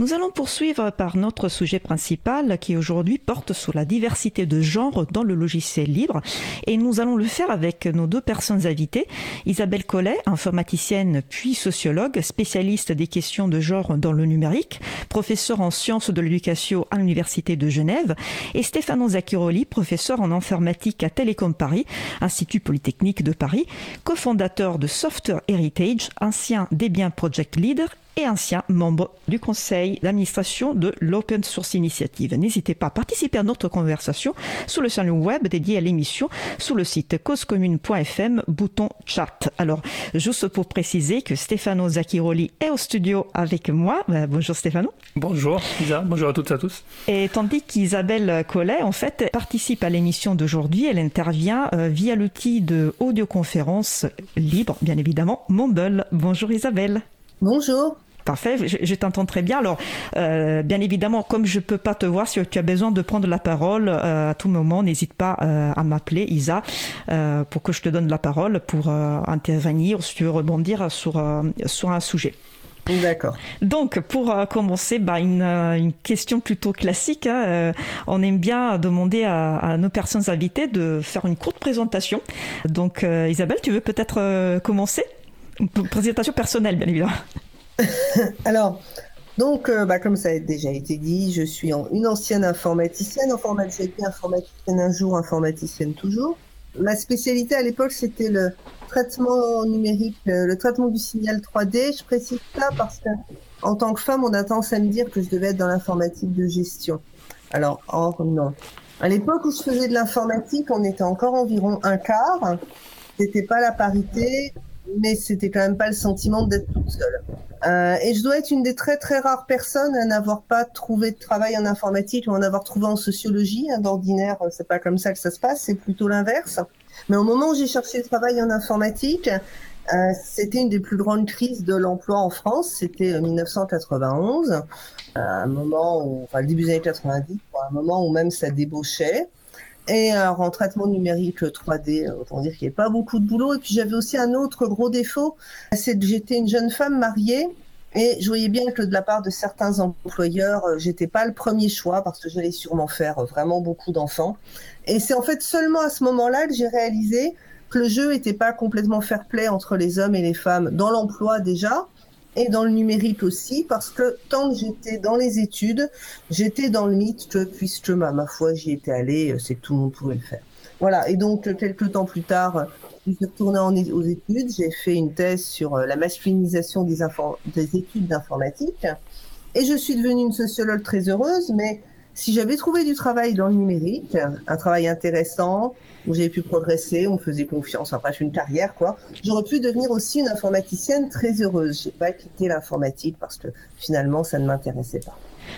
Nous allons poursuivre par notre sujet principal qui aujourd'hui porte sur la diversité de genre dans le logiciel libre et nous allons le faire avec nos deux personnes invitées. Isabelle Collet, informaticienne puis sociologue, spécialiste des questions de genre dans le numérique, professeure en sciences de l'éducation à l'Université de Genève, et Stefano Zacchiroli, professeur en informatique à Télécom Paris, Institut Polytechnique de Paris, cofondateur de Software Heritage, ancien Debian Project Leader et ancien membre du conseil d'administration de l'Open Source Initiative. N'hésitez pas à participer à notre conversation sur le salon web dédié à l'émission sur le site causecommune.fm, bouton chat. Alors, juste pour préciser que Stefano Zacchiroli est au studio avec moi. Bonjour Stefano. Bonjour Isa, bonjour à toutes et à tous. Et tandis qu'Isabelle Collet, en fait, participe à l'émission d'aujourd'hui, elle intervient via l'outil de audioconférence libre, bien évidemment, Mumble. Bonjour Isabelle. Bonjour. Parfait, je t'entends très bien. Alors, bien évidemment, comme je peux pas te voir, si tu as besoin de prendre la parole à tout moment, n'hésite pas à m'appeler, Isa, pour que je te donne la parole pour intervenir, rebondir sur un sujet. D'accord. Donc, pour commencer, une question plutôt classique. On aime bien demander à nos personnes invitées de faire une courte présentation. Donc, Isabelle, tu veux peut-être commencer ? Une présentation personnelle, bien évidemment. Alors, donc, comme ça a déjà été dit, je suis une ancienne informaticienne. J'ai été informaticienne un jour, informaticienne toujours. Ma spécialité à l'époque, c'était le traitement numérique, le traitement du signal 3D. Je précise ça parce que, en tant que femme, on a tendance à me dire que je devais être dans l'informatique de gestion. Alors, or, non. À l'époque où je faisais de l'informatique, on était encore environ un quart. C'était pas la parité, mais c'était quand même pas le sentiment d'être toute seule. Et je dois être une des très très rares personnes à n'avoir pas trouvé de travail en informatique ou en avoir trouvé en sociologie. D'ordinaire, c'est pas comme ça que ça se passe, c'est plutôt l'inverse. Mais au moment où j'ai cherché le travail en informatique, c'était une des plus grandes crises de l'emploi en France. C'était 1991, un moment où, le début des années 90, un moment où même ça débauchait. Et alors, en traitement numérique 3D, autant dire qu'il n'y avait pas beaucoup de boulot. Et puis j'avais aussi un autre gros défaut, c'est que j'étais une jeune femme mariée et je voyais bien que de la part de certains employeurs, j'étais pas le premier choix parce que j'allais sûrement faire vraiment beaucoup d'enfants. Et c'est en fait seulement à ce moment-là que j'ai réalisé que le jeu n'était pas complètement fair-play entre les hommes et les femmes dans l'emploi déjà, et dans le numérique aussi, parce que tant que j'étais dans les études, j'étais dans le mythe que puisque ma foi j'y étais allée, c'est que tout le monde pouvait le faire. Voilà, et donc quelques temps plus tard, je suis retournée aux études, j'ai fait une thèse sur la masculinisation des études d'informatique, et je suis devenue une sociologue très heureuse, mais si j'avais trouvé du travail dans le numérique, un travail intéressant, où j'avais pu progresser, on me faisait confiance, enfin une carrière quoi, j'aurais pu devenir aussi une informaticienne très heureuse. J'ai pas quitté l'informatique parce que finalement ça ne m'intéressait pas.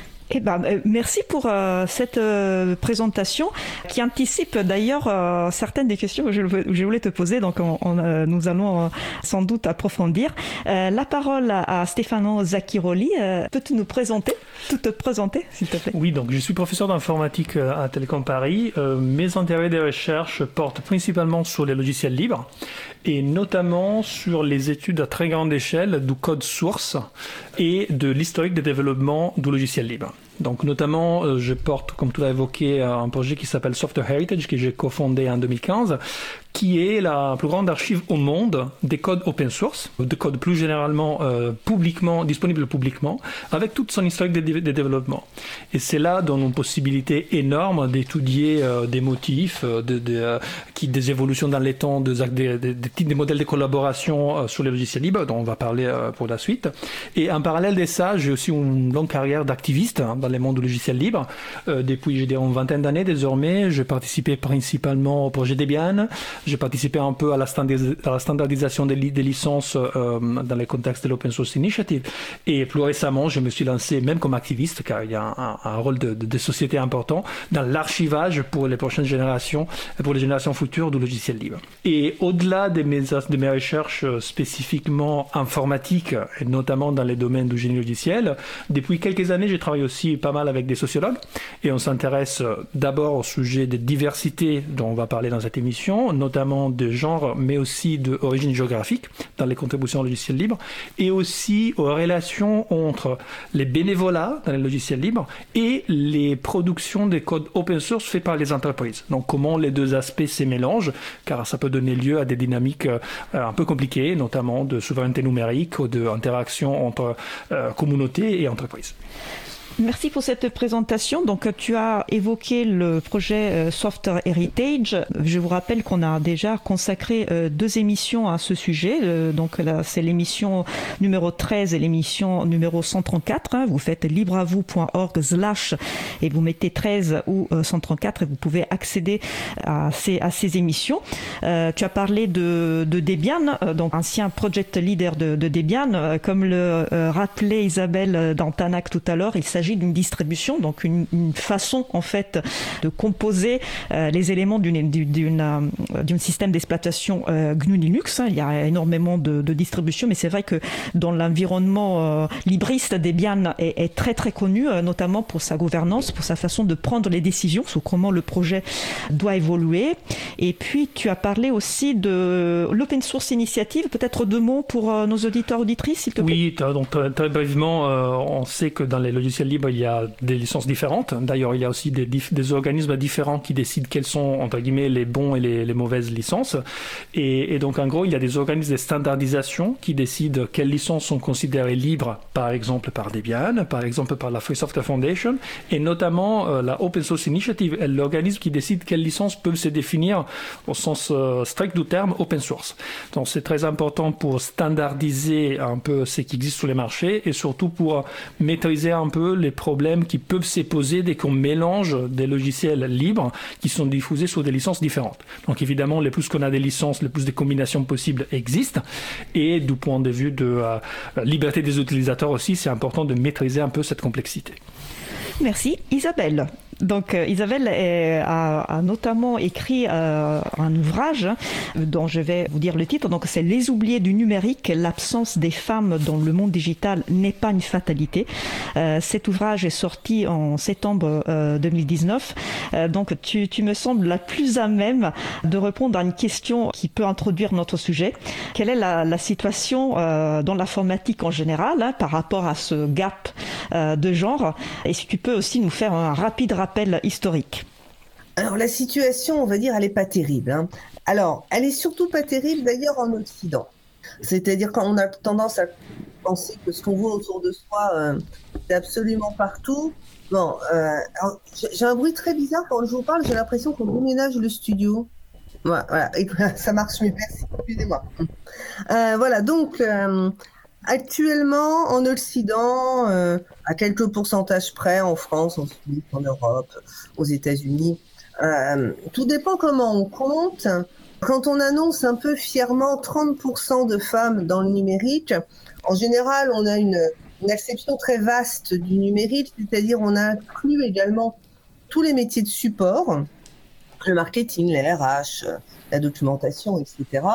Merci pour cette présentation qui anticipe d'ailleurs certaines des questions que je voulais te poser. Donc, nous allons sans doute approfondir. La parole à Stefano Zacchiroli. Peux-tu te présenter, s'il te plaît ? Oui, donc je suis professeur d'informatique à Télécom Paris. Mes intérêts de recherche portent principalement sur les logiciels libres et notamment sur les études à très grande échelle du code source et de l'historique de développement du logiciel libre. Donc notamment, je porte, comme tu l'as évoqué, un projet qui s'appelle Software Heritage, que j'ai cofondé en 2015, qui est la plus grande archive au monde des codes open source, des codes plus généralement disponibles publiquement, avec toute son historique de développement. Et c'est là dans une possibilité énorme d'étudier des motifs, des évolutions dans les temps, des modèles de collaboration sur les logiciels libres, dont on va parler pour la suite. Et en parallèle de ça, j'ai aussi une longue carrière d'activiste dans le monde du logiciel libre. Depuis, je dirais, une vingtaine d'années désormais, j'ai participé principalement au projet Debian. J'ai participé un peu à la standardisation des licences dans le contexte de l'Open Source Initiative. Et plus récemment, je me suis lancé, même comme activiste, car il y a un rôle de société important, dans l'archivage pour les prochaines générations, pour les générations futures du logiciel libre. Et au-delà de mes recherches spécifiquement informatiques, et notamment dans les domaines du génie logiciel, depuis quelques années, je travaille aussi aussi pas mal avec des sociologues et on s'intéresse d'abord au sujet des diversités dont on va parler dans cette émission, notamment de genre, mais aussi d'origine géographique dans les contributions au logiciel libre, et aussi aux relations entre les bénévolats dans les logiciels libres et les productions des codes open source faits par les entreprises. Donc comment les deux aspects se mélangent, car ça peut donner lieu à des dynamiques un peu compliquées, notamment de souveraineté numérique ou d'interaction entre communautés et entreprises. Merci pour cette présentation. Donc, tu as évoqué le projet Software Heritage. Je vous rappelle qu'on a déjà consacré 2 émissions à ce sujet. Donc, là, c'est l'émission numéro 13 et l'émission numéro 134. Vous faites libreavou.org/ et vous mettez 13 ou 134 et vous pouvez accéder à ces émissions. Tu as parlé de Debian, donc ancien project leader de Debian. Comme le rappelait Isabelle dans Tanac tout à l'heure, il s'agit d'une distribution, donc une façon en fait de composer les éléments d'un système d'exploitation GNU Linux. Il y a énormément de distributions, mais c'est vrai que dans l'environnement libriste, Debian est très très connu, notamment pour sa gouvernance, pour sa façon de prendre les décisions sur comment le projet doit évoluer. Et puis tu as parlé aussi de l'Open Source Initiative. Peut-être 2 mots pour nos auditeurs auditrices, s'il te plaît. Oui, donc très brièvement, on sait que dans les logiciels libres, il y a des licences différentes. D'ailleurs, il y a aussi des organismes différents qui décident quelles sont, entre guillemets, les bons et les mauvaises licences. Et donc, en gros, il y a des organismes de standardisation qui décident quelles licences sont considérées libres, par exemple par Debian, par exemple par la Free Software Foundation, et notamment la Open Source Initiative, l'organisme qui décide quelles licences peuvent se définir au sens strict du terme open source. Donc, c'est très important pour standardiser un peu ce qui existe sur les marchés et surtout pour maîtriser un peu les problèmes qui peuvent se poser dès qu'on mélange des logiciels libres qui sont diffusés sur des licences différentes. Donc évidemment, le plus qu'on a des licences, le plus de combinations possibles existent. Et du point de vue de liberté des utilisateurs aussi, c'est important de maîtriser un peu cette complexité. Merci. Isabelle. Donc Isabelle a notamment écrit un ouvrage dont je vais vous dire le titre. Donc c'est Les oubliés du numérique, l'absence des femmes dans le monde digital n'est pas une fatalité. Cet ouvrage est sorti en septembre 2019. Donc tu me sembles la plus à même de répondre à une question qui peut introduire notre sujet. Quelle est la situation dans l'informatique en général par rapport à ce gap de genre? Et si tu peux aussi nous faire un rapide rappel historique. Alors la situation, on va dire, elle est pas terrible. Alors, elle est surtout pas terrible d'ailleurs en Occident. C'est-à-dire quand on a tendance à penser que ce qu'on voit autour de soi, c'est absolument partout. Bon, j'ai un bruit très bizarre quand je vous parle. J'ai l'impression qu'on déménage le studio. Voilà, et ça marche mieux. Merci, excusez-moi. Voilà, donc. Actuellement, en Occident, à quelques pourcentages près, en France, en Suisse, en Europe, aux États-Unis, tout dépend comment on compte. Quand on annonce un peu fièrement 30% de femmes dans le numérique, en général, on a une acception très vaste du numérique, c'est-à-dire on a inclus également tous les métiers de support, le marketing, les RH, la documentation, etc.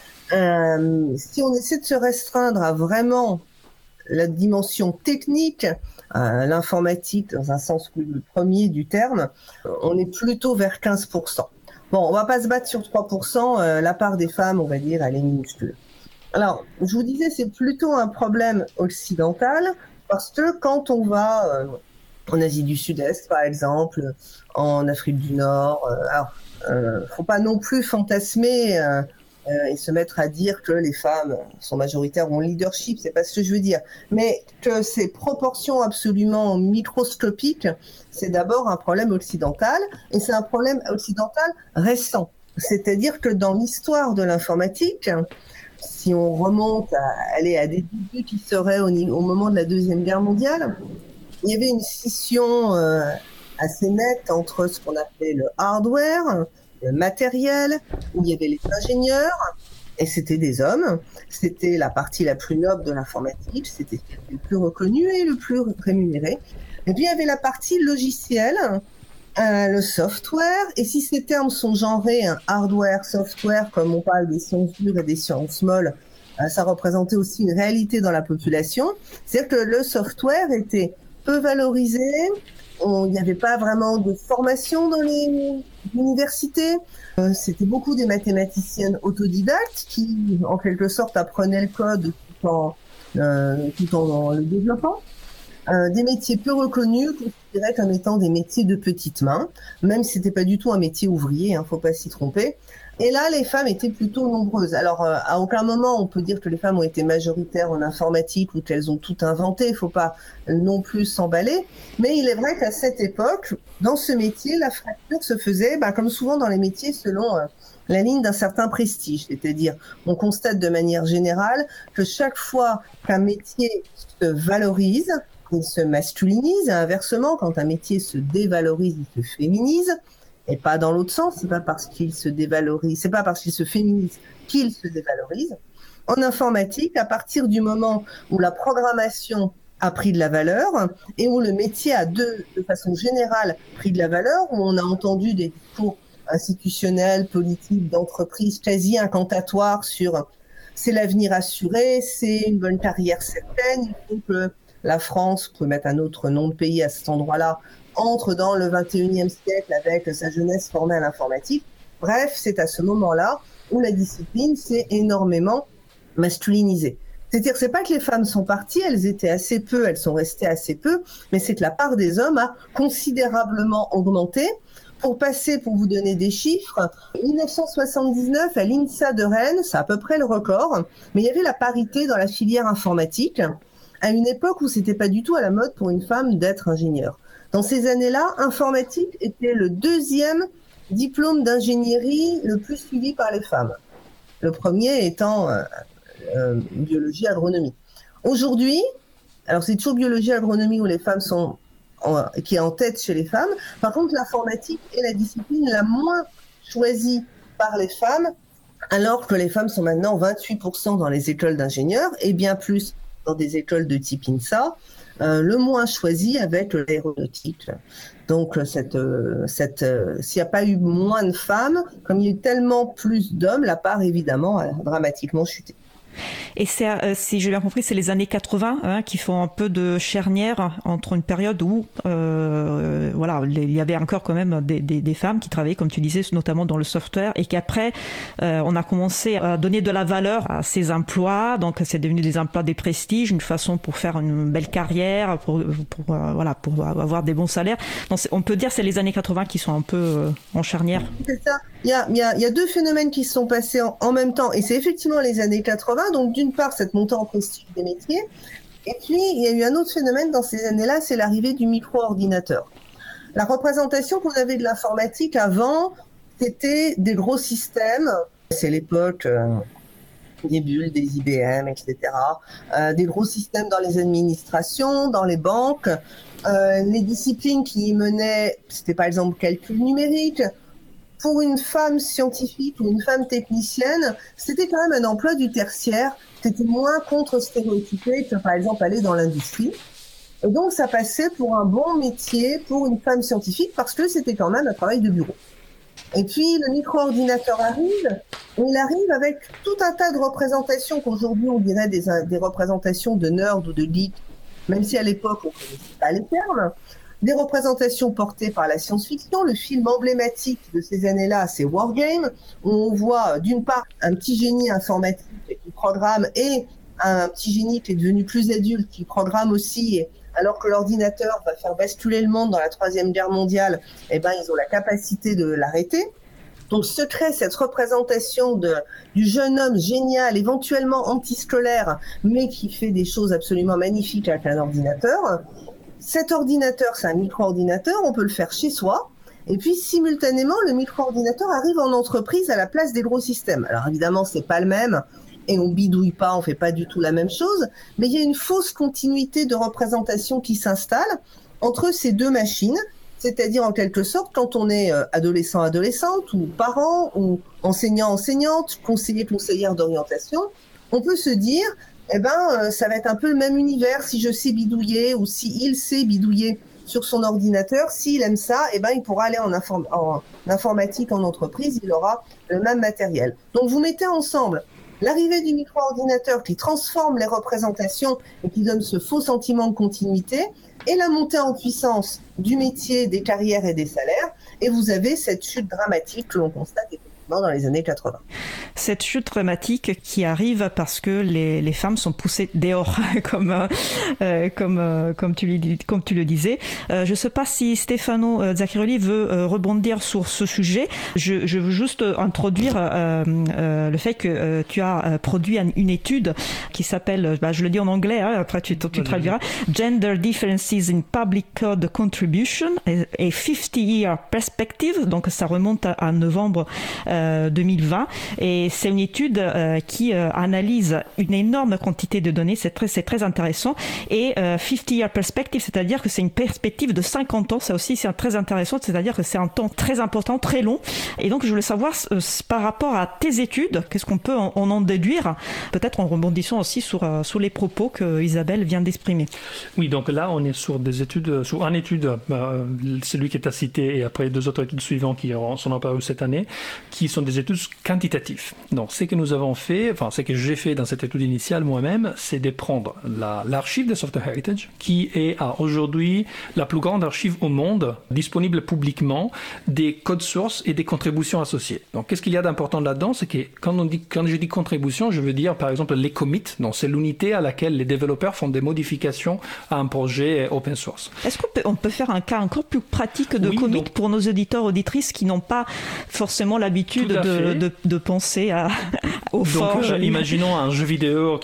Si on essaie de se restreindre à vraiment la dimension technique, l'informatique dans un sens plus premier du terme, on est plutôt vers 15%. Bon, on va pas se battre sur 3%, la part des femmes, on va dire, elle est minuscule. Alors, je vous disais, c'est plutôt un problème occidental, parce que quand on va en Asie du Sud-Est, par exemple, en Afrique du Nord, faut pas non plus fantasmer et se mettre à dire que les femmes sont majoritaires en leadership, c'est pas ce que je veux dire. Mais que ces proportions absolument microscopiques, c'est d'abord un problème occidental, et c'est un problème occidental récent. C'est-à-dire que dans l'histoire de l'informatique, si on remonte à des débuts qui seraient au moment de la Deuxième Guerre mondiale, il y avait une scission assez nette entre ce qu'on appelait le hardware, le matériel, où il y avait les ingénieurs, et c'était des hommes. C'était la partie la plus noble de l'informatique, c'était le plus reconnu et le plus rémunéré. Et puis il y avait la partie logicielle, le software, et si ces termes sont genrés, hardware, software, comme on parle des sciences dures et des sciences molles, ça représentait aussi une réalité dans la population. C'est-à-dire que le software était peu valorisé. Il n'y avait pas vraiment de formation dans les universités. C'était beaucoup des mathématiciennes autodidactes qui, en quelque sorte, apprenaient le code tout en le développant. Des métiers peu reconnus, considérés comme étant des métiers de petites mains, même si c'était pas du tout un métier ouvrier, faut pas s'y tromper. Et là, les femmes étaient plutôt nombreuses. Alors, à aucun moment on peut dire que les femmes ont été majoritaires en informatique ou qu'elles ont tout inventé. Il faut pas non plus s'emballer. Mais il est vrai qu'à cette époque, dans ce métier, la fracture se faisait, comme souvent dans les métiers, selon la ligne d'un certain prestige. C'est-à-dire, on constate de manière générale que chaque fois qu'un métier se valorise, il se masculinise. Et inversement, quand un métier se dévalorise, il se féminise. Et pas dans l'autre sens, c'est pas parce qu'il se dévalorise, c'est pas parce qu'il se féminise qu'il se dévalorise. En informatique, à partir du moment où la programmation a pris de la valeur et où le métier a de façon générale pris de la valeur, où on a entendu des discours institutionnels, politiques, d'entreprise quasi incantatoires sur c'est l'avenir assuré, c'est une bonne carrière certaine, il faut que la France, on peut mettre un autre nom de pays à cet endroit-là, entre dans le 21e siècle avec sa jeunesse formée à l'informatique. Bref, c'est à ce moment-là où la discipline s'est énormément masculinisée. C'est-à-dire, c'est pas que les femmes sont parties, elles étaient assez peu, elles sont restées assez peu, mais c'est que la part des hommes a considérablement augmenté. Pour passer, pour vous donner des chiffres, 1979 à l'INSA de Rennes, c'est à peu près le record, mais il y avait la parité dans la filière informatique, à une époque où c'était pas du tout à la mode pour une femme d'être ingénieure. Dans ces années-là, informatique était le deuxième diplôme d'ingénierie le plus suivi par les femmes. Le premier étant biologie, agronomie. Aujourd'hui, alors c'est toujours biologie, agronomie où les femmes sont qui est en tête chez les femmes. Par contre, l'informatique est la discipline la moins choisie par les femmes, alors que les femmes sont maintenant 28% dans les écoles d'ingénieurs et bien plus dans des écoles de type INSA. Le moins choisi avec l'aéronautique. Donc, s'il n'y a pas eu moins de femmes, comme il y a eu tellement plus d'hommes, la part, évidemment, a dramatiquement chuté. Et c'est, si j'ai bien compris, c'est les années 80 qui font un peu de charnière entre une période où il y avait encore quand même des femmes qui travaillaient, comme tu disais, notamment dans le software, et qu'après on a commencé à donner de la valeur à ces emplois. Donc c'est devenu des emplois des prestiges, une façon pour faire une belle carrière, pour avoir des bons salaires. Donc on peut dire que c'est les années 80 qui sont un peu en charnière. C'est ça. Il y a deux phénomènes qui se sont passés en même temps, et c'est effectivement les années 80. Donc d'une part, cette montée en prestige des métiers, et puis il y a eu un autre phénomène dans ces années-là, c'est l'arrivée du micro-ordinateur. La représentation qu'on avait de l'informatique avant, c'était des gros systèmes, c'est l'époque des bulles, des IBM, etc., des gros systèmes dans les administrations, dans les banques, les disciplines qui y menaient, c'était par exemple calcul numérique. Pour une femme scientifique ou une femme technicienne, c'était quand même un emploi du tertiaire. C'était moins contre-stéréotypé que, par exemple, aller dans l'industrie. Et donc, ça passait pour un bon métier pour une femme scientifique parce que c'était quand même un travail de bureau. Et puis, le micro-ordinateur arrive, et il arrive avec tout un tas de représentations qu'aujourd'hui, on dirait des représentations de nerds ou de geeks, même si à l'époque, on ne connaissait pas les termes. Des représentations portées par la science-fiction. Le film emblématique de ces années-là, c'est Wargame, où on voit d'une part un petit génie informatique qui programme et un petit génie qui est devenu plus adulte qui programme aussi, alors que l'ordinateur va faire basculer le monde dans la Troisième Guerre mondiale, ils ont la capacité de l'arrêter. Donc se crée cette représentation du jeune homme génial, éventuellement antiscolaire, mais qui fait des choses absolument magnifiques avec un ordinateur. Cet ordinateur, c'est un micro-ordinateur, on peut le faire chez soi. Et puis, simultanément, le micro-ordinateur arrive en entreprise à la place des gros systèmes. Alors, évidemment, c'est pas le même. Et on bidouille pas, on fait pas du tout la même chose. Mais il y a une fausse continuité de représentation qui s'installe entre ces deux machines. C'est-à-dire, en quelque sorte, quand on est adolescente, ou parent, ou enseignante, conseillère d'orientation, on peut se dire, ça va être un peu le même univers si je sais bidouiller ou si il sait bidouiller sur son ordinateur. S'il aime ça, il pourra aller en informatique en entreprise, il aura le même matériel. Donc vous mettez ensemble l'arrivée du micro-ordinateur qui transforme les représentations et qui donne ce faux sentiment de continuité, et la montée en puissance du métier, des carrières et des salaires, et vous avez cette chute dramatique que l'on constate dans les années 80. Cette chute dramatique qui arrive parce que les femmes sont poussées dehors, comme tu le disais. Je ne sais pas si Stefano Zaccheroli veut rebondir sur ce sujet. Je veux juste introduire le fait que tu as produit une étude qui s'appelle, je le dis en anglais, après tu traduiras, Gender Differences in Public Code Contribution, a 50-year perspective, donc ça remonte à novembre 2020, et c'est une étude qui analyse une énorme quantité de données. C'est très intéressant, et 50-year perspective, c'est-à-dire que c'est une perspective de 50 ans. Ça aussi c'est très intéressant, c'est-à-dire que c'est un temps très important, très long. Et donc je voulais savoir par rapport à tes études, qu'est-ce qu'on peut en déduire, peut-être en rebondissant aussi sur les propos que Isabelle vient d'exprimer. Oui, donc là on est sur des études, sur une étude, celui qui est à citer, et après 2 autres études suivantes qui sont apparues cette année, qui sont des études quantitatives. Donc, ce que nous avons fait, ce que j'ai fait dans cette étude initiale moi-même, c'est de prendre l'archive de Software Heritage, qui est aujourd'hui la plus grande archive au monde, disponible publiquement, des codes sources et des contributions associées. Donc, qu'est-ce qu'il y a d'important là-dedans? C'est que quand je dis contribution, je veux dire, par exemple, les commits. Donc, c'est l'unité à laquelle les développeurs font des modifications à un projet open source. Est-ce qu'on peut faire un cas encore plus pratique de commit pour nos auditeurs, auditrices qui n'ont pas forcément l'habitude de penser aux forges. Donc, imaginons un jeu vidéo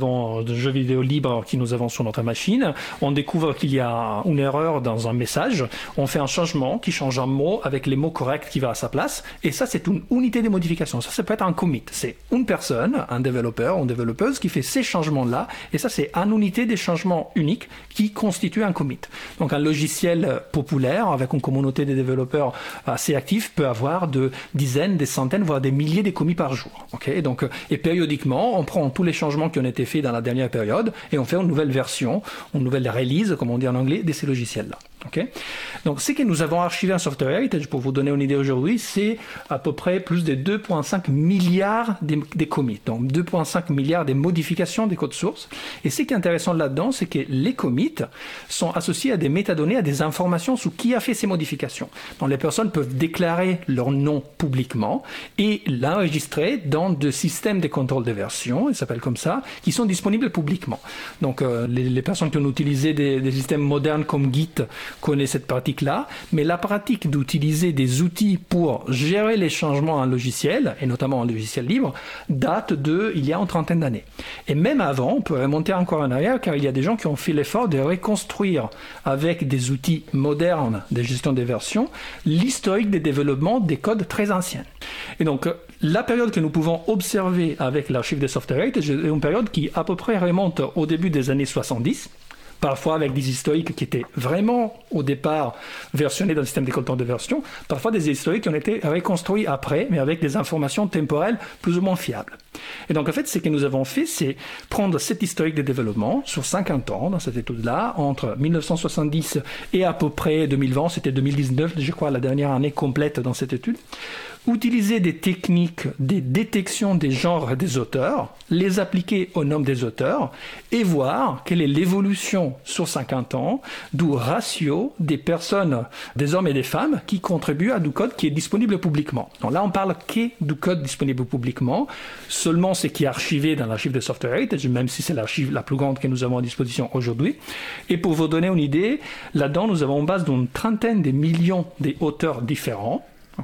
libre qui nous avons sur notre machine. On découvre qu'il y a une erreur dans un message. On fait un changement qui change un mot avec les mots corrects qui va à sa place. Et ça, c'est une unité de modification. Ça peut être un commit. C'est une personne, un développeur ou une développeuse qui fait ces changements-là. Et ça, c'est une unité des changements uniques qui constitue un commit. Donc, un logiciel populaire avec une communauté de développeurs assez actifs peut avoir de dizaines, des centaines, voire des milliers de commits par jour. Okay? Donc, et périodiquement, on prend tous les changements qui ont été faits dans la dernière période et on fait une nouvelle version, une nouvelle release, comme on dit en anglais, de ces logiciels-là. Okay? Donc, ce que nous avons archivé en Software Heritage, pour vous donner une idée aujourd'hui, c'est à peu près plus de 2,5 milliards des commits. Donc, 2,5 milliards de modifications des codes sources. Et ce qui est intéressant là-dedans, c'est que les commits sont associés à des métadonnées, à des informations sur qui a fait ces modifications. Donc, les personnes peuvent déclarer leur nom publiquement et l'enregistrer dans des systèmes de contrôle de version, ils s'appellent comme ça, qui sont disponibles publiquement. Donc, les personnes qui ont utilisé des systèmes modernes comme Git connaissent cette pratique-là, mais la pratique d'utiliser des outils pour gérer les changements en logiciel, et notamment en logiciel libre, date il y a une trentaine d'années. Et même avant, on peut remonter encore en arrière, car il y a des gens qui ont fait l'effort de reconstruire avec des outils modernes de gestion des versions l'historique des développements des codes très anciens. Et donc, la période que nous pouvons observer avec l'archive de Software Heritage est une période qui à peu près remonte au début des années 70, parfois avec des historiques qui étaient vraiment au départ versionnés dans le système de contrôle de version, parfois des historiques qui ont été reconstruits après, mais avec des informations temporelles plus ou moins fiables. Et donc en fait, ce que nous avons fait, c'est prendre cet historique de développement sur 50 ans, dans cette étude-là, entre 1970 et à peu près 2020, c'était 2019, je crois, la dernière année complète dans cette étude, utiliser des techniques de détection des genres et des auteurs, les appliquer au nom des auteurs et voir quelle est l'évolution sur 50 ans du ratio des personnes, des hommes et des femmes qui contribuent à du code qui est disponible publiquement. Donc là, on parle que du code disponible publiquement, seulement ce qui est archivé dans l'archive de Software Heritage, même si c'est l'archive la plus grande que nous avons à disposition aujourd'hui. Et pour vous donner une idée, là-dedans, nous avons une base d'une trentaine de millions d'auteurs différents,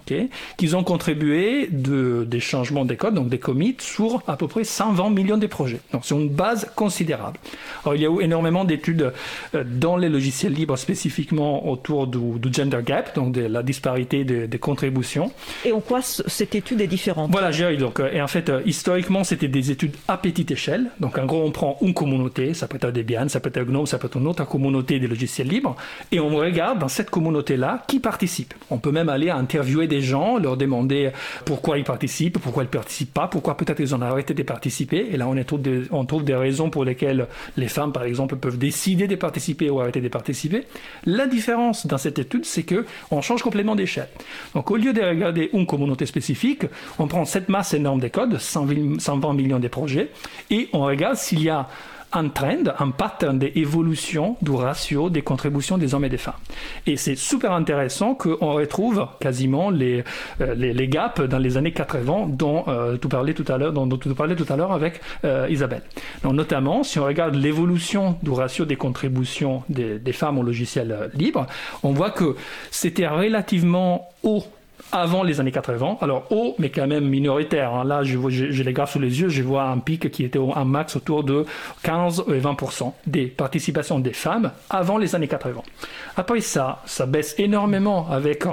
qui ont contribué des changements des codes, donc des commits, sur à peu près 120 millions de projets. Donc c'est une base considérable. Alors il y a eu énormément d'études dans les logiciels libres, spécifiquement autour du gender gap, donc de la disparité des contributions. Et en quoi cette étude est différente? Voilà, Jerry. Donc, et en fait, historiquement, c'était des études à petite échelle. Donc en gros, on prend une communauté, ça peut être Debian, ça peut être GNOME, ça peut être une autre communauté des logiciels libres, et on regarde dans cette communauté-là qui participe. On peut même aller interviewer interviewer des gens, leur demander pourquoi ils participent pas, pourquoi peut-être ils ont arrêté de participer. Et là, on trouve des raisons pour lesquelles les femmes, par exemple, peuvent décider de participer ou arrêter de participer. La différence dans cette étude, c'est qu'on change complètement d'échelle. Donc, au lieu de regarder une communauté spécifique, on prend cette masse énorme des codes, 120 millions de projets, et on regarde s'il y a un trend, un pattern d'évolution du ratio des contributions des hommes et des femmes. Et c'est super intéressant qu'on retrouve quasiment les gaps dans les années 80 dont tu parlais tout à l'heure avec Isabelle. Donc, notamment, si on regarde l'évolution du ratio des contributions des femmes au logiciel libre, on voit que c'était relativement haut avant les années 80, alors haut, mais quand même minoritaire. Là, j'ai les graphes sous les yeux, je vois un pic qui était un max autour de 15 et 20% des participations des femmes avant les années 80. Après ça baisse énormément avec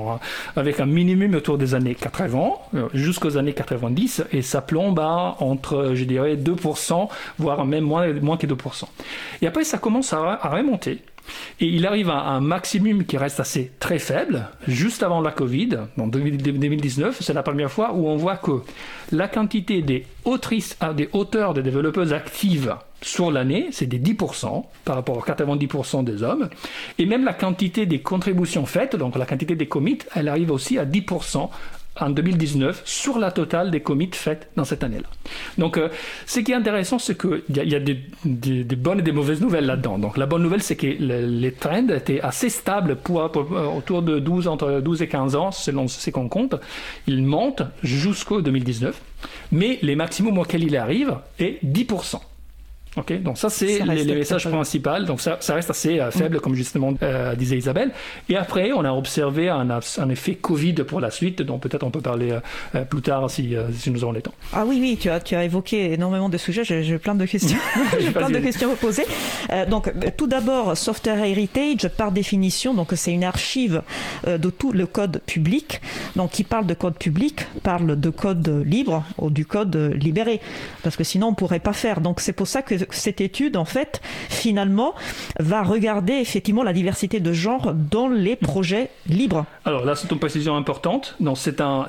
un minimum autour des années 80 jusqu'aux années 90, et ça plombe entre, je dirais, 2%, voire même moins que 2%. Et après, ça commence à remonter. Et il arrive à un maximum qui reste assez très faible, juste avant la Covid, en 2019, c'est la première fois où on voit que la quantité des auteurs, des développeuses actives sur l'année, c'est des 10% par rapport aux 90% des hommes. Et même la quantité des contributions faites, donc la quantité des commits, elle arrive aussi à 10% en 2019 sur la totale des commits faites dans cette année-là. Donc, ce qui est intéressant, c'est qu'il y a des bonnes et des mauvaises nouvelles là-dedans. Donc, la bonne nouvelle, c'est que les trends étaient assez stables autour de entre 12 et 15 ans, selon ce qu'on compte. Ils montent jusqu'au 2019, mais les maximums auxquels il arrive est 10%. Okay, donc ça, c'est les messages principaux. Donc ça reste assez faible, comme justement disait Isabelle. Et après, on a observé un effet Covid pour la suite, dont peut-être on peut parler plus tard si nous avons le temps. Ah oui, tu as évoqué énormément de sujets. J'ai plein de questions. J'ai plein de questions à poser. Donc, tout d'abord, Software Heritage, par définition, donc c'est une archive de tout le code public. Donc, qui parle de code public, parle de code libre ou du code libéré, parce que sinon on pourrait pas faire. Donc, c'est pour ça que cette étude, en fait, finalement, va regarder effectivement la diversité de genre dans les projets libres. Alors là, c'est une précision importante. Donc,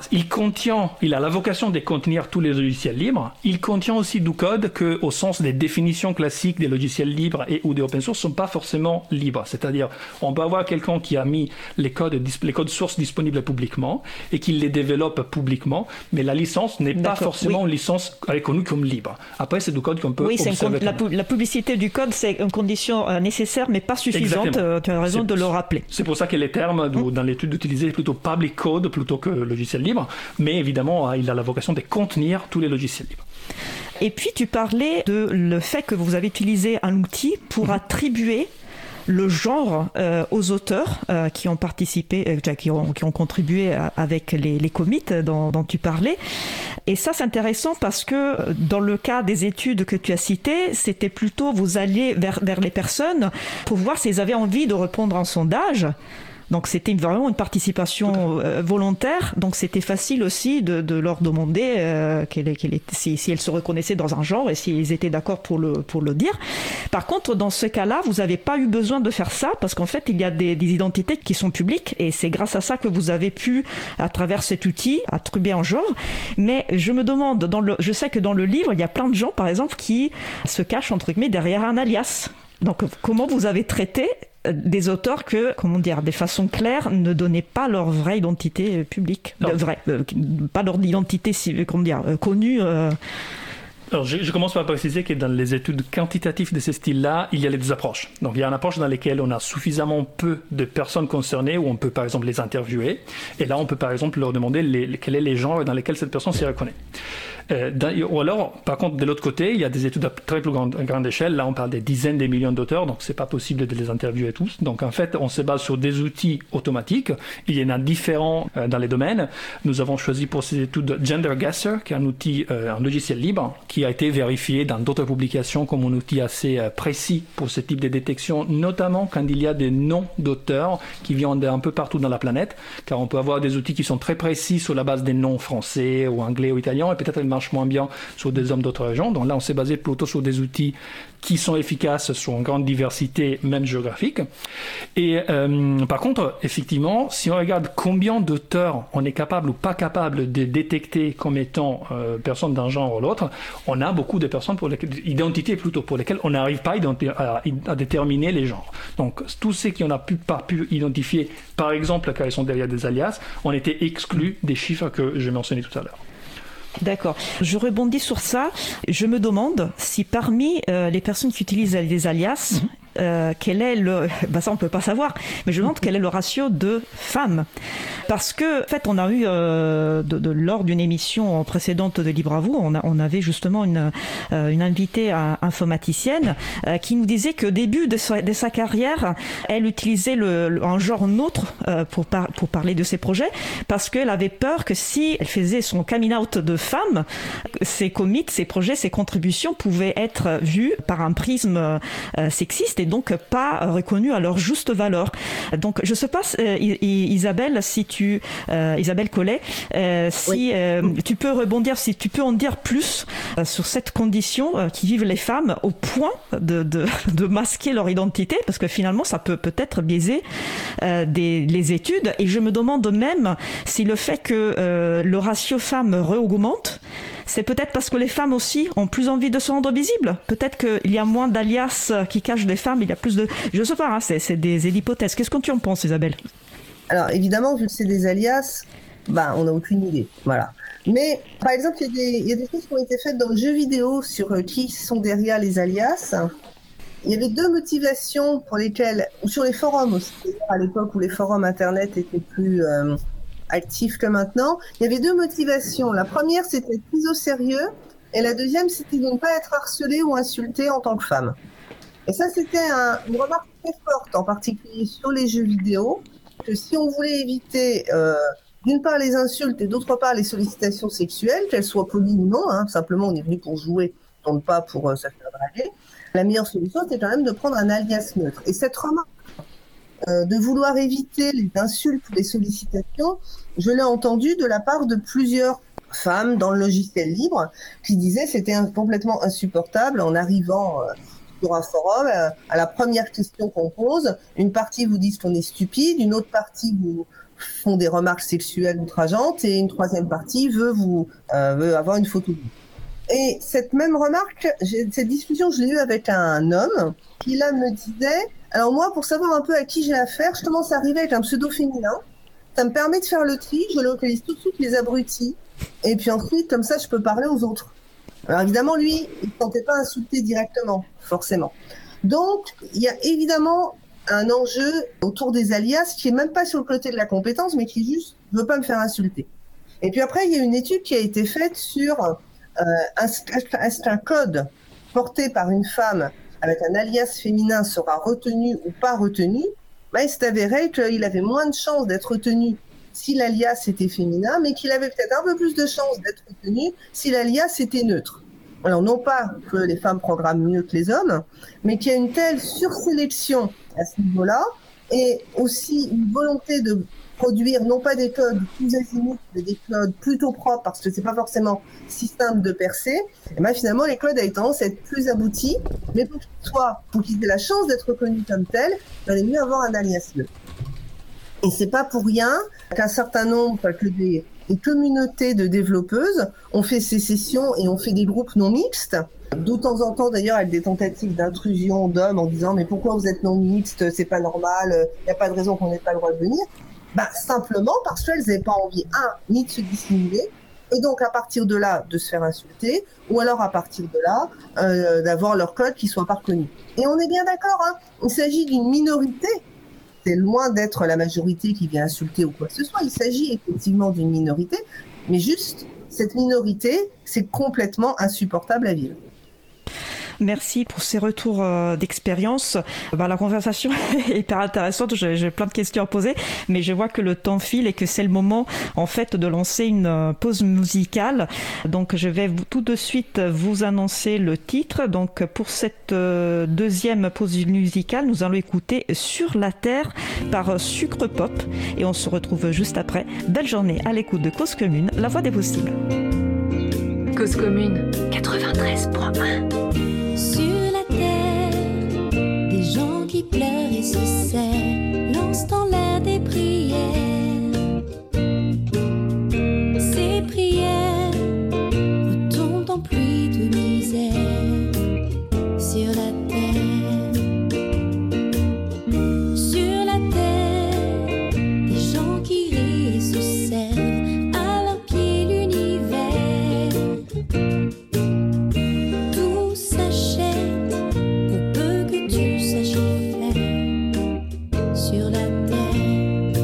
il a la vocation de contenir tous les logiciels libres. Il contient aussi du code que, au sens des définitions classiques des logiciels libres et ou des open source, sont pas forcément libres. C'est-à-dire, on peut avoir quelqu'un qui a mis les codes sources disponibles publiquement et qui les développe publiquement, mais la licence n'est pas forcément une licence reconnue comme libre. Après, c'est du code qu'on peut observer. La publicité du code, c'est une condition nécessaire, mais pas suffisante. Exactement. Tu as raison de le rappeler. C'est pour ça que les termes dans l'étude d'utiliser plutôt public code plutôt que logiciel libre. Mais évidemment, il a la vocation de contenir tous les logiciels libres. Et puis, tu parlais de le fait que vous avez utilisé un outil pour attribuer le genre aux auteurs qui ont participé, qui ont contribué avec les commits dont tu parlais. Et ça, c'est intéressant parce que dans le cas des études que tu as citées, c'était plutôt vous alliez vers les personnes pour voir s'ils avaient envie de répondre à un sondage. Donc c'était vraiment une participation volontaire, donc c'était facile aussi de leur demander si elles se reconnaissaient dans un genre et s'ils étaient d'accord pour le dire. Par contre, dans ce cas-là, vous n'avez pas eu besoin de faire ça parce qu'en fait, il y a des identités qui sont publiques et c'est grâce à ça que vous avez pu, à travers cet outil, attribuer un genre. Mais je me demande, je sais que dans le livre, il y a plein de gens, par exemple, qui se cachent entre guillemets derrière un alias. Donc, comment vous avez traité des auteurs que, de façon claire, ne donnaient pas leur vraie identité publique, pas leur identité, connue. Alors, je commence par préciser que dans les études quantitatives de ce style-là, il y a les deux approches. Donc, il y a une approche dans laquelle on a suffisamment peu de personnes concernées où on peut, par exemple, les interviewer. Et là, on peut, par exemple, leur demander quels sont les genres dans lesquels cette personne s'y reconnaît. Ou alors, par contre, de l'autre côté, il y a des études à très plus grande échelle. Là, on parle des dizaines de millions d'auteurs, donc c'est pas possible de les interviewer tous. Donc, en fait, on se base sur des outils automatiques. Il y en a différents dans les domaines. Nous avons choisi pour ces études GenderGuessr, qui est un outil, un logiciel libre, qui qui a été vérifié dans d'autres publications comme un outil assez précis pour ce type de détection, notamment quand il y a des noms d'auteurs qui viennent d'un peu partout dans la planète, car on peut avoir des outils qui sont très précis sur la base des noms français ou anglais ou italiens, et peut-être ils marchent moins bien sur des hommes d'autres régions. Donc là, on s'est basé plutôt sur des outils qui sont efficaces sur une grande diversité, même géographique. Et par contre, effectivement, si on regarde combien d'auteurs on est capable ou pas capable de détecter comme étant personnes d'un genre ou l'autre, on a beaucoup de personnes identités plutôt, pour lesquelles on n'arrive pas à déterminer les genres. Donc, tous ceux qui n'ont pas pu identifier, par exemple, car ils sont derrière des alias, ont été exclus des chiffres que je mentionnais tout à l'heure. D'accord. Je rebondis sur ça. Je me demande si parmi les personnes qui utilisent des alias, quel est le... ça on peut pas savoir, mais je me demande quel est le ratio de femmes. Parce que, en fait, on a eu, lors d'une émission précédente de Libre à vous, on avait justement une invitée informaticienne qui nous disait qu'au début de sa carrière, elle utilisait un genre neutre pour parler de ses projets, parce qu'elle avait peur que si elle faisait son coming out de femme, ses commits, ses projets, ses contributions pouvaient être vus par un prisme sexiste et donc pas reconnus à leur juste valeur. Donc, je sais pas, Isabelle, Isabelle Collet, si tu peux rebondir, si tu peux en dire plus sur cette condition qui vivent les femmes au point de masquer leur identité, parce que finalement ça peut-être biaiser les études. Et je me demande même si le fait que le ratio femmes augmente, c'est peut-être parce que les femmes aussi ont plus envie de se rendre visibles. Peut-être qu'il y a moins d'alias qui cachent des femmes, il y a plus de... Je sais pas, c'est des hypothèses. Qu'est-ce que tu en penses, Isabelle ? Alors évidemment, vu que c'est des alias, on n'a aucune idée. Voilà. Mais par exemple, il y a des choses qui ont été faites dans le jeu vidéo sur qui sont derrière les alias. Il y avait deux motivations pour lesquelles, ou sur les forums aussi, à l'époque où les forums internet étaient plus actifs que maintenant, il y avait deux motivations. La première, c'était être prise au sérieux, et la deuxième, c'était de ne pas être harcelée ou insultée en tant que femme. Et ça, c'était une remarque très forte, en particulier sur les jeux vidéo, que si on voulait éviter d'une part les insultes et d'autre part les sollicitations sexuelles, qu'elles soient polies ou non, simplement on est venu pour jouer, donc pas pour se faire draguer, la meilleure solution c'était quand même de prendre un alias neutre. Et cette remarque de vouloir éviter les insultes ou les sollicitations, je l'ai entendue de la part de plusieurs femmes dans le logiciel libre qui disaient que c'était complètement insupportable en arrivant... sur un forum, à la première question qu'on pose, une partie vous dit qu'on est stupide, une autre partie vous font des remarques sexuelles outrageantes et une troisième partie veut avoir une photo. Et cette même remarque, cette discussion, je l'ai eue avec un homme qui là me disait, alors moi, pour savoir un peu à qui j'ai affaire, je commence à arriver avec un pseudo féminin, ça me permet de faire le tri, je localise tout de suite les abrutis, et puis ensuite, comme ça, je peux parler aux autres. Alors évidemment, lui, il ne se sentait pas insulté directement, forcément. Donc, il y a évidemment un enjeu autour des alias qui est même pas sur le côté de la compétence, mais qui juste ne veut pas me faire insulter. Et puis après, il y a une étude qui a été faite sur est-ce qu'un code porté par une femme avec un alias féminin sera retenu ou pas retenu. Il s'est avéré qu'il avait moins de chances d'être retenu si l'alias était féminin, mais qu'il avait peut-être un peu plus de chances d'être retenu si l'alias était neutre. Alors non pas que les femmes programment mieux que les hommes, mais qu'il y a une telle sursélection à ce niveau-là, et aussi une volonté de produire non pas des codes plus azimuts, mais des codes plutôt propres, parce que c'est pas forcément si simple de percer. Et finalement, les codes ont tendance à être plus aboutis, mais pour qu'ils aient la chance d'être reconnus comme tels, il fallait mieux avoir un alias neutre. Et c'est pas pour rien qu'un certain nombre, que des communautés de développeuses ont fait sécession et ont fait des groupes non mixtes. De temps en temps, d'ailleurs, avec des tentatives d'intrusion d'hommes en disant « Mais pourquoi vous êtes non mixte? C'est pas normal, il n'y a pas de raison qu'on n'ait pas le droit de venir. » Simplement parce qu'elles n'avaient pas envie, ni de se dissimuler, et donc à partir de là, de se faire insulter, ou alors à partir de là, d'avoir leur code qui soit pas reconnu. Et on est bien d'accord, il s'agit d'une minorité. C'est loin d'être la majorité qui vient insulter ou quoi que ce soit. Il s'agit effectivement d'une minorité, mais juste, cette minorité, c'est complètement insupportable à vivre. Merci pour ces retours d'expérience. La conversation est hyper intéressante. J'ai plein de questions à poser, mais je vois que le temps file et que c'est le moment, en fait, de lancer une pause musicale. Donc, je vais tout de suite vous annoncer le titre. Donc, pour cette deuxième pause musicale, nous allons écouter Sur la Terre par Sucre Pop. Et on se retrouve juste après. Belle journée à l'écoute de Cause Commune, la voix des possibles. Cause Commune 93.1. Sur la terre, des gens qui pleurent et se serrent, lancent en l'air des prières. Ces prières retombent en pluie de misère. Sur la terre, sur la terre, des gens qui rient et se servent, à leur pied l'univers. Tout s'achète pour peu que tu saches y faire sur la terre.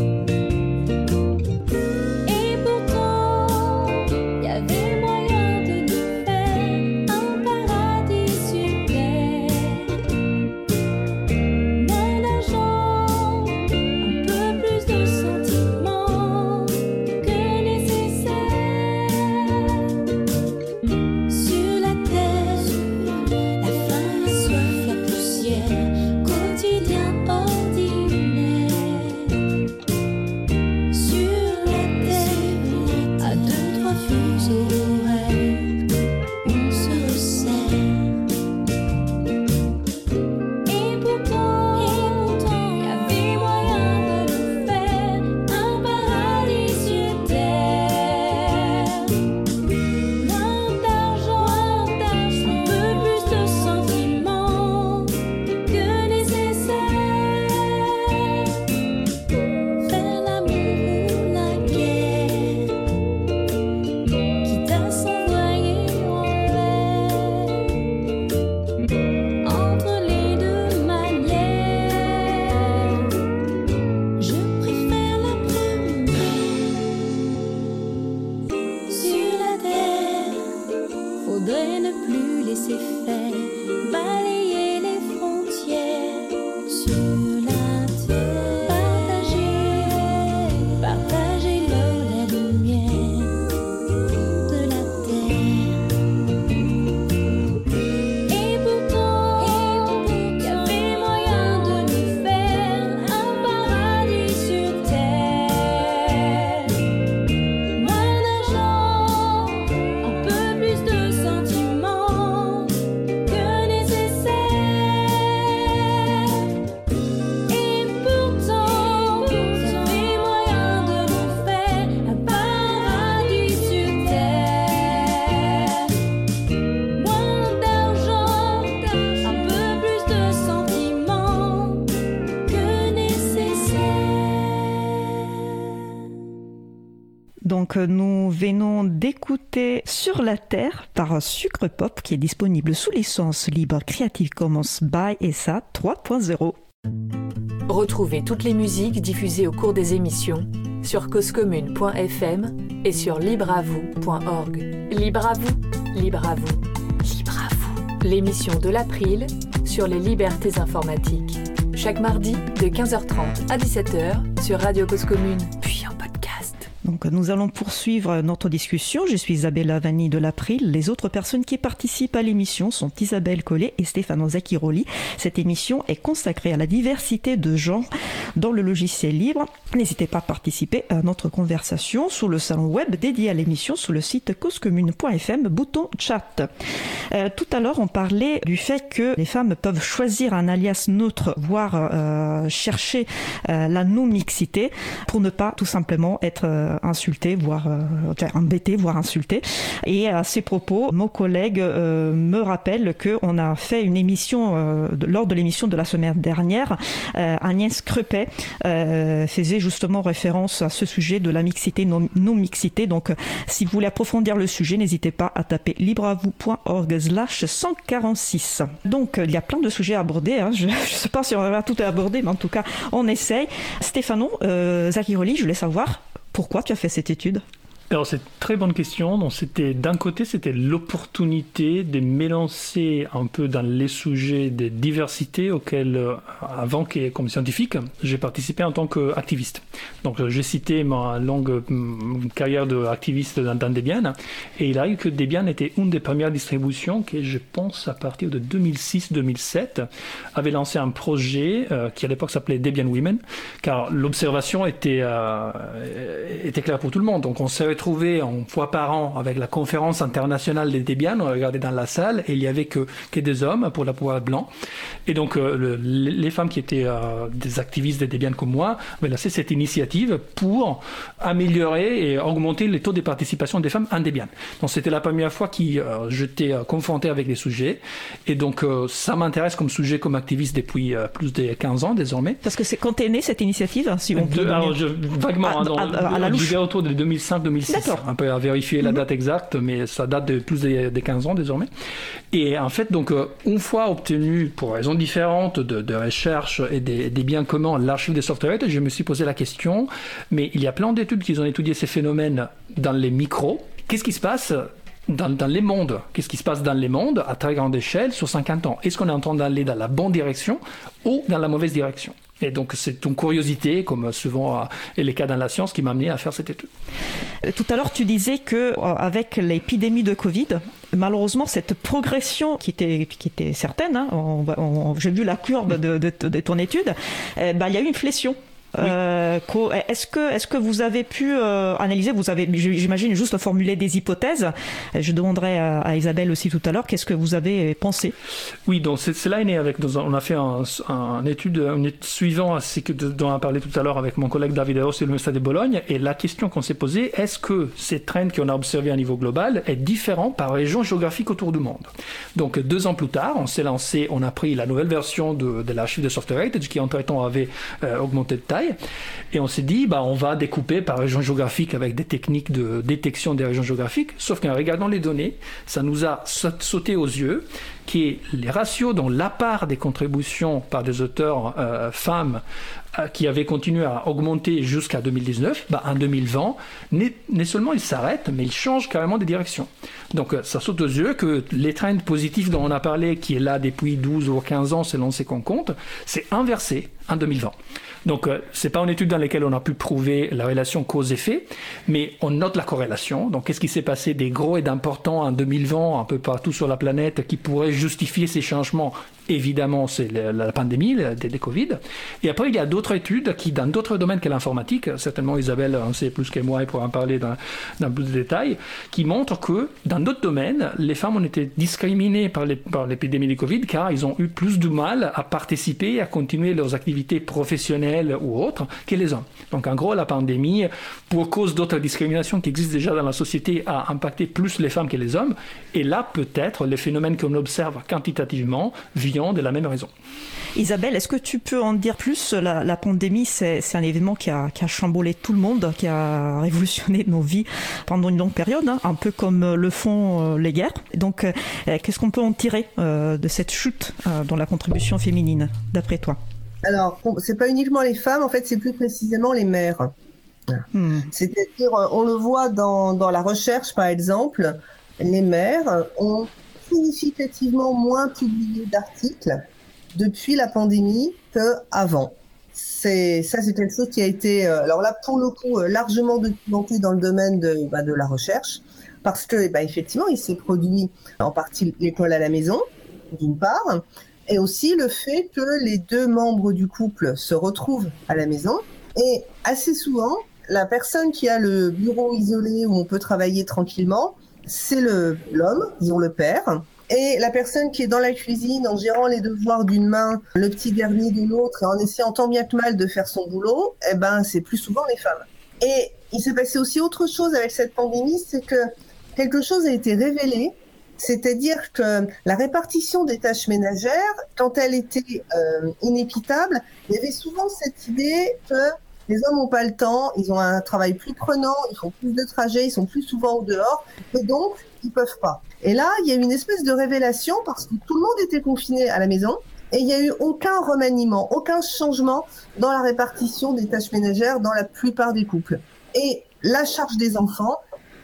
Et pourtant, y avait moyen de nous faire un paradis sur terre. Moins d'argent, un peu plus de sentiments que nécessaire. Sur la terre, la faim, la soif, la poussière, quotidien ordinaire. Sur la terre, à 2-3 fuseaux horaires, on se resserre. Et pourtant, y avait moyen de nous faire un paradis sur terre. Moins d'argent, un peu plus de sentiments que nécessaire. Faire l'amour ou la guerre, quitte à s'envoyer en l'air. Entre les deux manières, je préfère la première. Sur la terre, faudrait ne plus laisser faire, balayer les frontières. Sur la terre, partager l'eau, la lumière de la terre. Et pourtant, y avait moyen de nous faire un paradis sur terre. Moins d'argent, un peu plus de sentiments que nécessaire. Et pourtant, y avait moyen de nous faire un paradis sur terre. Moins d'argent, un peu plus de sentiments que nécessaire. Donc nous venons d'écouter Sur la Terre par Sucre Pop qui est disponible sous licence libre Creative Commons by SA 3.0. Retrouvez toutes les musiques diffusées au cours des émissions sur causecommune.fm et sur libreavou.org. Libre à vous, libre à vous, libre à vous. L'émission de l'April sur les libertés informatiques. Chaque mardi de 15h30 à 17h sur Radio Cause Commune, puis en podcast. Donc nous allons poursuivre notre discussion. Je suis Isabella Vanni de l'April. Les autres personnes qui participent à l'émission sont Isabelle Collet et Stefano Zacchiroli. Cette émission est consacrée à la diversité de genres dans le logiciel libre. N'hésitez pas à participer à notre conversation sur le salon web dédié à l'émission sur le site causecommune.fm, bouton chat. Tout à l'heure, on parlait du fait que les femmes peuvent choisir un alias neutre, voire chercher la non-mixité pour ne pas tout simplement être insulté, voire embêté, voire insulté. Et à ces propos, mon collègue me rappelle qu'on a fait une émission, lors de l'émission de la semaine dernière, Agnès Crepet faisait justement référence à ce sujet de la mixité, non-mixité. Donc, si vous voulez approfondir le sujet, n'hésitez pas à taper libreavou.org/146. Donc, il y a plein de sujets à aborder. Hein. Je ne sais pas si on va tout aborder, mais en tout cas, on essaye. Stefano Zacchiroli, je voulais savoir pourquoi tu as fait cette étude. Alors c'est une très bonne question. Donc d'un côté, c'était l'opportunité de m'élancer un peu dans les sujets de diversité auxquels, avant comme scientifique, j'ai participé en tant qu'activiste. Donc j'ai cité ma longue carrière d'activiste dans Debian, et il arrive que Debian était une des premières distributions qui, je pense, à partir de 2006-2007, avait lancé un projet qui à l'époque s'appelait Debian Women, car l'observation était claire pour tout le monde. Donc on s'est retrouvé une fois par an avec la conférence internationale des Debian, on regardait dans la salle et il n'y avait que des hommes pour la plupart blancs. Et donc les femmes qui étaient des activistes des Debian comme moi avaient lancé cette initiative pour améliorer et augmenter les taux de participation des femmes en Debian. Donc c'était la première fois que j'étais confronté avec des sujets, et donc ça m'intéresse comme sujet, comme activiste depuis plus de 15 ans désormais. Parce que c'est quand est née cette initiative, si on peut vaguement, à la louche. Je dirais autour de 2005-2006. D'accord. Un peu à vérifier la date exacte, mais ça date de plus de 15 ans désormais. Et en fait, donc, une fois obtenu, pour raisons différentes, de recherche et des biens communs, l'archive des software, je me suis posé la question, mais il y a plein d'études qui ont étudié ces phénomènes dans les micros. Qu'est-ce qui se passe dans les mondes? Qu'est-ce qui se passe dans les mondes à très grande échelle sur 50 ans? Est-ce qu'on est en train d'aller dans la bonne direction ou dans la mauvaise direction? Et donc, c'est une curiosité, comme souvent est le cas dans la science, qui m'a amené à faire cette étude. Tout à l'heure, tu disais qu'avec l'épidémie de Covid, malheureusement, cette progression qui était certaine, hein, j'ai vu la courbe de ton étude, il y a eu une flexion. Oui. Est-ce que vous avez pu analyser, vous avez, j'imagine, juste formulé des hypothèses. Je demanderai à Isabelle aussi tout à l'heure, qu'est-ce que vous avez pensé? Oui, donc cela est né on a fait une étude suivant à ce dont on a parlé tout à l'heure avec mon collègue David Eros de l'Université de Bologne, et la question qu'on s'est posée, est-ce que ces trends qu'on a observés à niveau global est différent par région géographique autour du monde? Donc 2 ans plus tard, on a pris la nouvelle version de l'archive de Software Heritage qui entre-temps avait augmenté de taille. Et on s'est dit, on va découper par région géographique avec des techniques de détection des régions géographiques. Sauf qu'en regardant les données, ça nous a sauté aux yeux qui est les ratios dont la part des contributions par des auteurs femmes qui avaient continué à augmenter jusqu'à 2019, en 2020, non seulement ils s'arrêtent, mais ils changent carrément de direction. Donc ça saute aux yeux que les trends positifs dont on a parlé, qui est là depuis 12 ou 15 ans selon ces qu'on compte, c'est inversé en 2020. Donc, c'est pas une étude dans laquelle on a pu prouver la relation cause-effet, mais on note la corrélation. Donc, qu'est-ce qui s'est passé des gros et d'importants en 2020, un peu partout sur la planète, qui pourrait justifier ces changements? Évidemment, c'est la pandémie, des Covid. Et après, il y a d'autres études qui, dans d'autres domaines que l'informatique, certainement Isabelle en sait plus que moi et pourra en parler dans plus de détails, qui montrent que dans d'autres domaines, les femmes ont été discriminées par l'épidémie du Covid car ils ont eu plus de mal à participer, à continuer leurs activités professionnelles ou autres que les hommes. Donc en gros, la pandémie, pour cause d'autres discriminations qui existent déjà dans la société, a impacté plus les femmes que les hommes. Et là, peut-être, les phénomènes qu'on observe quantitativement viennent de la même raison. Isabelle, est-ce que tu peux en dire plus? La pandémie, c'est un événement qui a chamboulé tout le monde, qui a révolutionné nos vies pendant une longue période, hein, un peu comme le font les guerres. Donc, qu'est-ce qu'on peut en tirer de cette chute dans la contribution féminine, d'après toi? Alors, c'est pas uniquement les femmes, en fait, c'est plus précisément les mères. C'est-à-dire, on le voit dans la recherche, par exemple, les mères ont significativement moins publié d'articles depuis la pandémie qu'avant. C'est quelque chose qui a été, alors là, pour le coup, largement documenté dans le domaine de la recherche, parce que, effectivement, il s'est produit en partie l'école à la maison, d'une part, et aussi le fait que les 2 membres du couple se retrouvent à la maison. Et assez souvent, la personne qui a le bureau isolé où on peut travailler tranquillement, c'est l'homme, disons le père. Et la personne qui est dans la cuisine en gérant les devoirs d'une main, le petit dernier de l'autre, et en essayant tant bien que mal de faire son boulot, c'est plus souvent les femmes. Et il s'est passé aussi autre chose avec cette pandémie, c'est que quelque chose a été révélé, c'est-à-dire que la répartition des tâches ménagères, quand elle était inéquitable, il y avait souvent cette idée que les hommes n'ont pas le temps, ils ont un travail plus prenant, ils font plus de trajets, ils sont plus souvent au dehors, et donc ils peuvent pas. Et là, il y a eu une espèce de révélation parce que tout le monde était confiné à la maison et il n'y a eu aucun remaniement, aucun changement dans la répartition des tâches ménagères dans la plupart des couples. Et la charge des enfants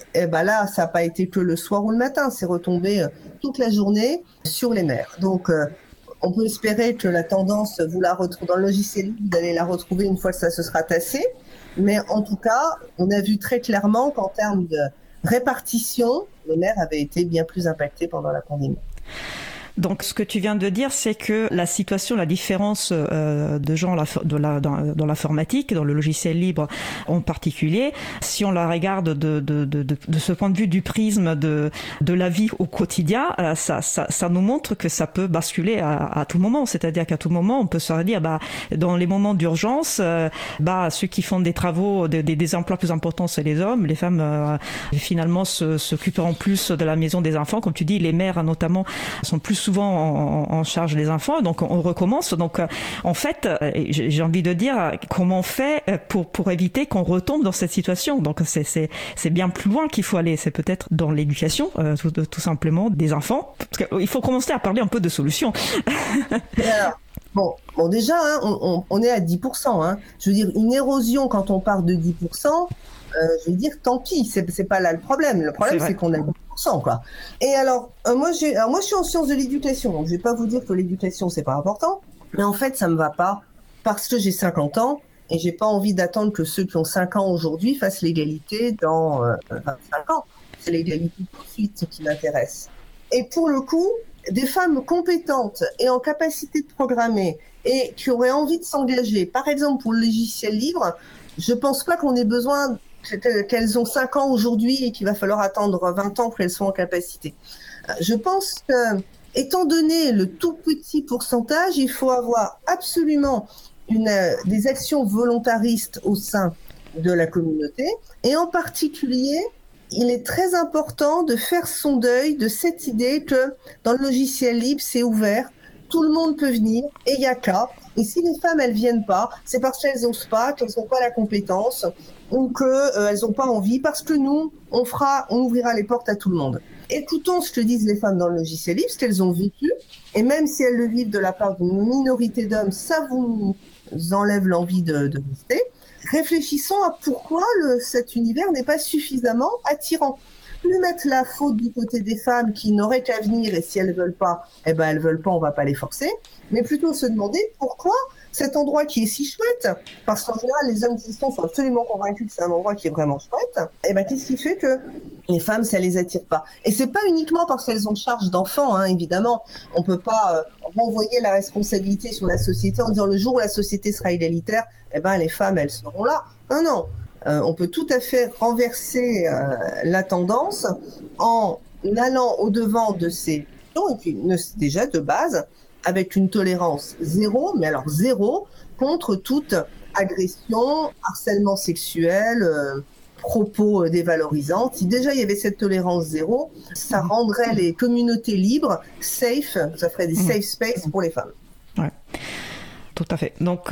Et ben là, ça n'a pas été que le soir ou le matin, c'est retombé toute la journée sur les mères. Donc, on peut espérer que la tendance, vous la retrouvez dans le logiciel libre, vous allez la retrouver une fois que ça se sera tassé. Mais en tout cas, on a vu très clairement qu'en termes de répartition, les mères avaient été bien plus impactées pendant la pandémie. Donc, ce que tu viens de dire, c'est que la situation, la différence de gens dans l'informatique, dans le logiciel libre en particulier, si on la regarde de ce point de vue du prisme de la vie au quotidien, ça nous montre que ça peut basculer à tout moment. C'est-à-dire qu'à tout moment, on peut se dire, dans les moments d'urgence, ceux qui font des travaux, des emplois plus importants, c'est les hommes. Les femmes, finalement, s'occuperont plus de la maison des enfants. Comme tu dis, les mères, notamment, sont plus souvent en charge des enfants, donc on recommence. Donc en fait, j'ai envie de dire comment on fait pour éviter qu'on retombe dans cette situation. Donc c'est bien plus loin qu'il faut aller. C'est peut-être dans l'éducation, tout simplement, des enfants. Parce qu'il faut commencer à parler un peu de solutions. Bon, déjà, on est à 10%. Je veux dire, une érosion, quand on part de 10%, je veux dire, tant pis, c'est pas là le problème. Le problème, c'est qu'on a 10%, quoi. Et alors, moi, je suis en sciences de l'éducation, donc je vais pas vous dire que l'éducation, c'est pas important, mais en fait, ça me va pas parce que j'ai 50 ans et j'ai pas envie d'attendre que ceux qui ont 5 ans aujourd'hui fassent l'égalité dans 25 ans. C'est l'égalité tout de suite qui m'intéresse. Et pour le coup, des femmes compétentes et en capacité de programmer et qui auraient envie de s'engager, par exemple pour le logiciel libre, je pense pas qu'on ait besoin qu'elles ont 5 ans aujourd'hui et qu'il va falloir attendre 20 ans pour qu'elles soient en capacité. Je pense que, étant donné le tout petit pourcentage, il faut avoir absolument des actions volontaristes au sein de la communauté. Et en particulier, il est très important de faire son deuil de cette idée que dans le logiciel libre, c'est ouvert, tout le monde peut venir et il y a qu'à. Et si les femmes, elles viennent pas, c'est parce qu'elles osent pas, qu'elles n'ont pas la compétence ou qu'elles n'ont pas envie, parce que nous, on ouvrira les portes à tout le monde. Écoutons ce que disent les femmes dans le logiciel libre, ce qu'elles ont vécu, et même si elles le vivent de la part d'une minorité d'hommes, ça vous enlève l'envie de rester. Réfléchissons à pourquoi cet univers n'est pas suffisamment attirant. Plus mettre la faute du côté des femmes qui n'auraient qu'à venir et si elles veulent pas, elles veulent pas, on va pas les forcer. Mais plutôt se demander pourquoi cet endroit qui est si chouette, parce qu'en général les hommes qui sont absolument convaincus que c'est un endroit qui est vraiment chouette, qu'est-ce qui fait que les femmes ça les attire pas? Et c'est pas uniquement parce qu'elles ont charge d'enfants, évidemment. On peut pas renvoyer la responsabilité sur la société en disant le jour où la société sera égalitaire, les femmes elles seront là. Non. On peut tout à fait renverser la tendance en allant au-devant de ces questions, et puis déjà de base, avec une tolérance zéro, mais alors zéro, contre toute agression, harcèlement sexuel, propos dévalorisants. Si déjà il y avait cette tolérance zéro, ça rendrait les communautés libres, safe, ça ferait des safe space pour les femmes. Ouais. Tout à fait. Donc,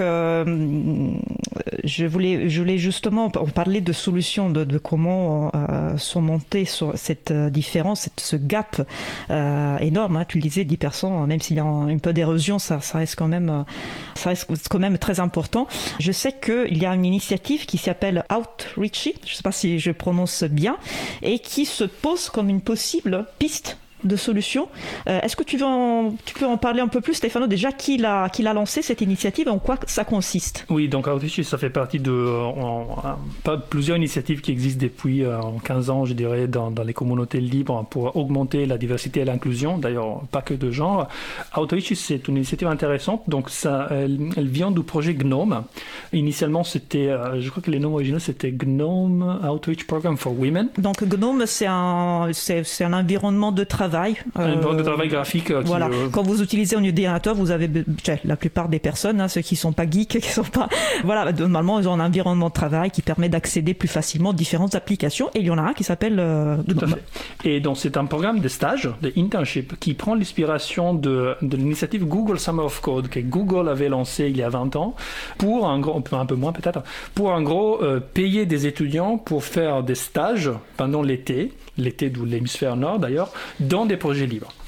je voulais justement parler de solutions, de comment surmonter cette différence, ce gap énorme. Tu le disais, 10%, même s'il y a un peu d'érosion, ça reste quand même très important. Je sais qu'il y a une initiative qui s'appelle Outreachy, je ne sais pas si je prononce bien, et qui se pose comme une possible piste de solutions. Est-ce que tu peux en parler un peu plus, Stefano, déjà qui l'a lancé cette initiative et en quoi ça consiste? Oui, donc Outreachy, ça fait partie de plusieurs initiatives qui existent depuis 15 ans, je dirais, dans les communautés libres pour augmenter la diversité et l'inclusion, d'ailleurs pas que de genre. Outreachy, c'est une initiative intéressante, donc elle vient du projet GNOME. Initialement, c'était, je crois que les noms originaux, c'était GNOME Outreach Program for Women. Donc GNOME, c'est un environnement de travail. De travail graphique. Voilà. Quand vous utilisez un ordinateur, vous avez la plupart des personnes, ceux qui sont pas geeks, qui sont pas, voilà, normalement ils ont un environnement de travail qui permet d'accéder plus facilement à différentes applications. Et il y en a un qui s'appelle. Tout à fait. Et donc c'est un programme de stage, de internship, qui prend l'inspiration de l'initiative Google Summer of Code que Google avait lancée il y a 20 ans pour un peu moins peut-être, pour en gros payer des étudiants pour faire des stages pendant l'été de l'hémisphère nord d'ailleurs, dans des projets libres.